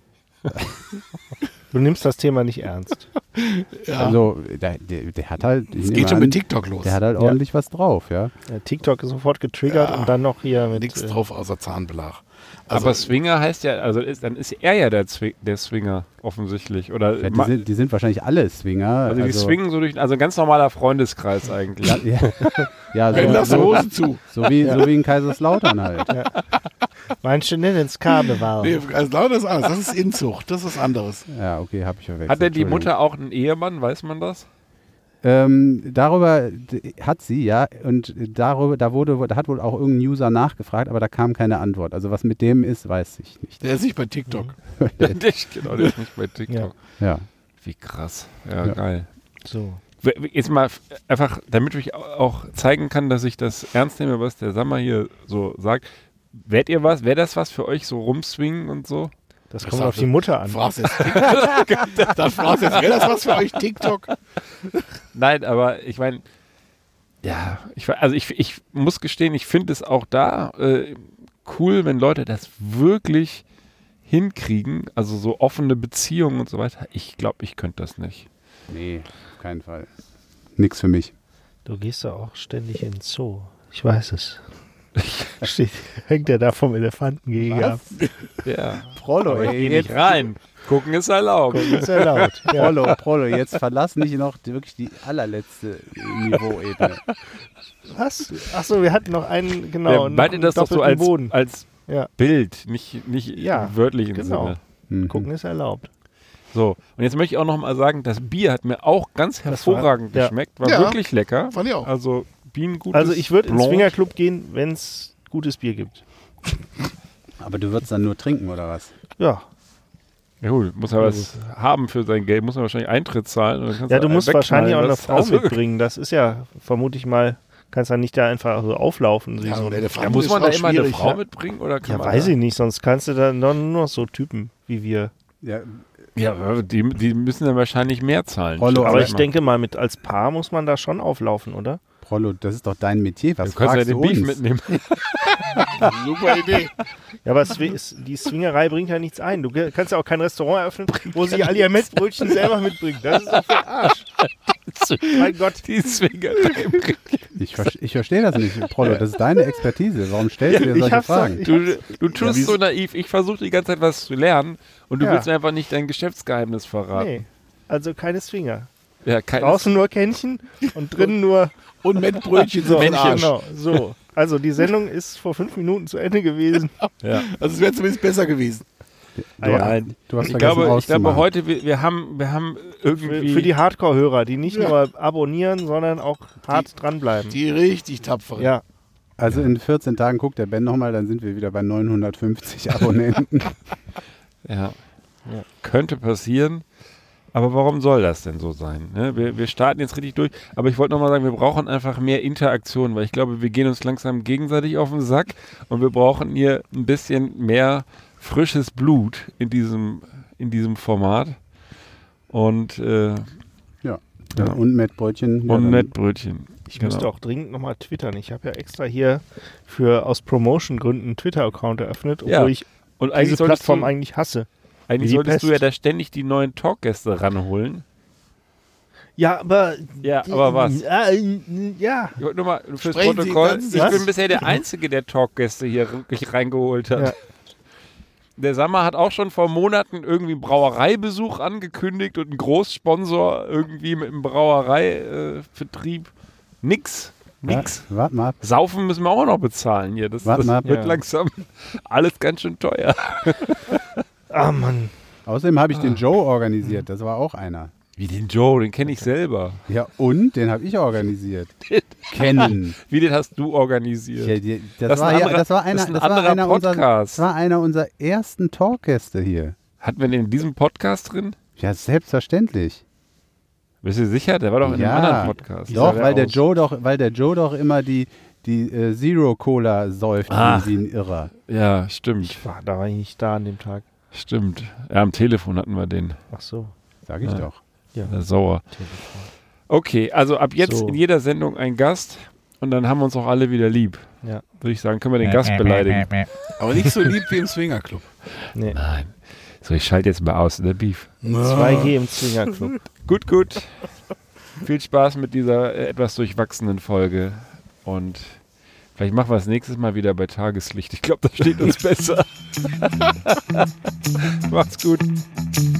Du nimmst das Thema nicht ernst. Ja. also der, der, der hat halt, ich Es nehme geht schon an, mit TikTok los. der hat halt Ja. ordentlich was drauf, ja. Ja, TikTok ist sofort getriggert Ja, und dann noch hier mit. Nichts äh, drauf außer Zahnbelag. Also, aber Swinger heißt ja, also ist, dann ist er ja der, Zwi der Swinger, offensichtlich. Oder ja die, ma- sind, die sind wahrscheinlich alle Swinger. also die swingen so durch, also ein ganz normaler Freundeskreis eigentlich. Ja, ja, ja wenn so, das so, Hosen zu. so, wie, so wie in Kaiserslautern halt. Manche nennen es Karneval. Nee, also lauter ist anders. Das ist Inzucht. Das ist was anderes. Ja, okay, habe ich verwechselt. Hat denn die Entschuldigung. Mutter auch einen Ehemann, weiß man das? Ähm, darüber d- hat sie, ja, und darüber, da wurde, da hat wohl auch irgendein User nachgefragt, aber da kam keine Antwort. Also was mit dem ist, weiß ich nicht. Der ist nicht bei TikTok. Der, genau, der ist nicht bei TikTok. Ja. Wie krass. Ja, Ja. geil. So. W- Jetzt mal f- einfach, damit ich au- auch zeigen kann, dass ich das ernst nehme, was der Sammer hier so sagt. Wärt ihr was? Wäre das was für euch, so rumswingen und so? Das Was kommt sagt auf die er? Mutter an. Fragst jetzt TikTok? Dann fragst jetzt, wäre das was für euch TikTok? Nein, aber ich meine, ja, ich, we- also ich, ich muss gestehen, ich finde es auch da äh, cool, wenn Leute das wirklich hinkriegen, also so offene Beziehungen und so weiter. Ich glaube, ich könnte das nicht. Nee, auf keinen Fall. Nix für mich. Du gehst doch auch ständig in den Zoo. Ich weiß es. Steht, hängt er da vom Elefanten gegen ab. Ja. Prollo, Aber ich ey, geh nicht rein. Gucken ist erlaubt. Ist ja laut. Ja. Prollo, Prollo, jetzt verlass nicht noch die, wirklich die allerletzte Niveauebene. Was? Achso, wir hatten noch einen, genau. Ja, noch meint ihr einen das doch so doppelten als, Boden. als Ja. Bild, nicht, nicht Ja, im wörtlichen genau. Sinne. Mhm. Gucken ist erlaubt. So, und jetzt möchte ich auch noch mal sagen, das Bier hat mir auch ganz war- hervorragend ja. geschmeckt. War Ja. wirklich lecker. Fand ich auch. Also Bienengutes Also ich würde ins Blanc. Swingerclub gehen, wenn es gutes Bier gibt. Aber du würdest dann nur trinken, oder was? Ja. Ja gut, muss er was haben für sein Geld, muss er wahrscheinlich Eintritt zahlen. Und dann kannst Ja, du musst wegknallen, wahrscheinlich auch eine was- Frau also, mitbringen. Das ist ja, vermute ich mal, kannst dann nicht da einfach so auflaufen. Ja, so. so ein Elefant Ja, muss ist man auch da immer eine schwierig, Frau ne? mitbringen? Oder kann Ja, man weiß da, ich nicht, sonst kannst du da nur nur so Typen wie wir. Ja, Ja, aber die, die müssen dann wahrscheinlich mehr zahlen. Rollo, Aber aber ich denke mal, mit als Paar muss man da schon auflaufen, oder? Prollo, das ist doch dein Metier. Was Du kannst ja fragst den du Beef uns? mitnehmen. Super Idee. Ja, aber Swi- ist- die Swingerei bringt ja nichts ein. Du ge- kannst ja auch kein Restaurant eröffnen, wo sie all ihr Mettbrötchen selber mitbringen. Das ist doch für den Arsch. Mein Gott. Die Swinger. Ich, ver ich verstehe das nicht, Prollo. Das ist deine Expertise. Warum stellst du dir Ich solche hab's doch- Fragen? ich- Du, du tust wie- so naiv. Ich versuche die ganze Zeit was zu lernen und du Ja. willst mir einfach nicht dein Geschäftsgeheimnis verraten. Nee, also keine Swinger. Ja, kein, Draußen nur Kännchen und drinnen nur Und Mettbrötchen so. so im Arsch. Genau, so. Also die Sendung ist vor fünf Minuten zu Ende gewesen. ja. Also es wäre zumindest besser gewesen. Du, Nein. du hast Ich vergessen glaube, ich glaube auszumachen. heute, wir, wir, haben, wir haben Für, irgendwie... für die Hardcore-Hörer, die nicht nur abonnieren, sondern auch hart dranbleiben. Die richtig tapferen. Ja, Also in vierzehn Tagen guckt der Ben nochmal, dann sind wir wieder bei neunhundertfünfzig Abonnenten. Ja. Könnte passieren. Aber warum soll das denn so sein? Ne? Wir, wir starten jetzt richtig durch. Aber ich wollte nochmal sagen, wir brauchen einfach mehr Interaktion, weil ich glaube, wir gehen uns langsam gegenseitig auf den Sack und wir brauchen hier ein bisschen mehr frisches Blut in diesem, in diesem Format. Und, äh, Ja. Ja. Und Mettbrötchen. Ja, und dann- Mettbrötchen. ich müsste auch dringend nochmal twittern. Ich habe ja extra hier für aus Promotion-Gründen einen Twitter-Account eröffnet, obwohl Ja. ich Und diese eigentlich solltest Plattform du, eigentlich hasse. eigentlich wie die solltest du Pest. ja da ständig die neuen Talkgäste ranholen. Ja, aber... Ja, aber was? Äh, ja. Ich wollte nur mal fürs Sprechen Sie Protokoll, ganz- ich Was? bin bisher der Einzige, der Talkgäste hier wirklich reingeholt hat. Ja. Der Sammer hat auch schon vor Monaten irgendwie einen Brauereibesuch angekündigt und einen Großsponsor irgendwie mit einem Brauereivertrieb. Nix. Nix. Ja, warte mal ab. Saufen müssen wir auch noch bezahlen hier. Das, Warte das mal ab. wird Ja. langsam alles ganz schön teuer. Ah, Mann. Außerdem habe ich den Joe organisiert, das war auch einer. Wie den Joe, den kenne ich selber. Ja, und? Den habe ich organisiert. Kennen. Wie den hast du organisiert? Ja, die, das, Das ist war ein ja, anderer- das war das einer, ist ein das war anderer einer unserer, Podcast. das war einer unserer ersten Talkgäste hier. Hatten wir den in diesem Podcast drin? Ja, selbstverständlich. Bist du sicher? Der war doch in ja, einem anderen Podcast. Doch, der weil der aus? Joe doch, weil der Joe doch immer die, die äh, Zero Cola säuft Ach. wie ein Irrer. Ja, stimmt. Ich war, da war ich nicht da an dem Tag. Stimmt. Ja, am Telefon hatten wir den. Ach so. Sag ich Ja. doch. Ja. Der Sauer. Okay, also ab jetzt So. in jeder Sendung ein Gast und dann haben wir uns auch alle wieder lieb. Ja. Würde ich sagen, können wir den Gast beleidigen. Aber nicht so lieb wie im Swingerclub. Nee. Nein. So, ich schalte jetzt mal aus, der Beef. zwei G im Zwingerclub. Gut, gut. Viel Spaß mit dieser äh, etwas durchwachsenen Folge und vielleicht machen wir es nächstes Mal wieder bei Tageslicht. Ich glaube, das steht uns besser. Macht's gut.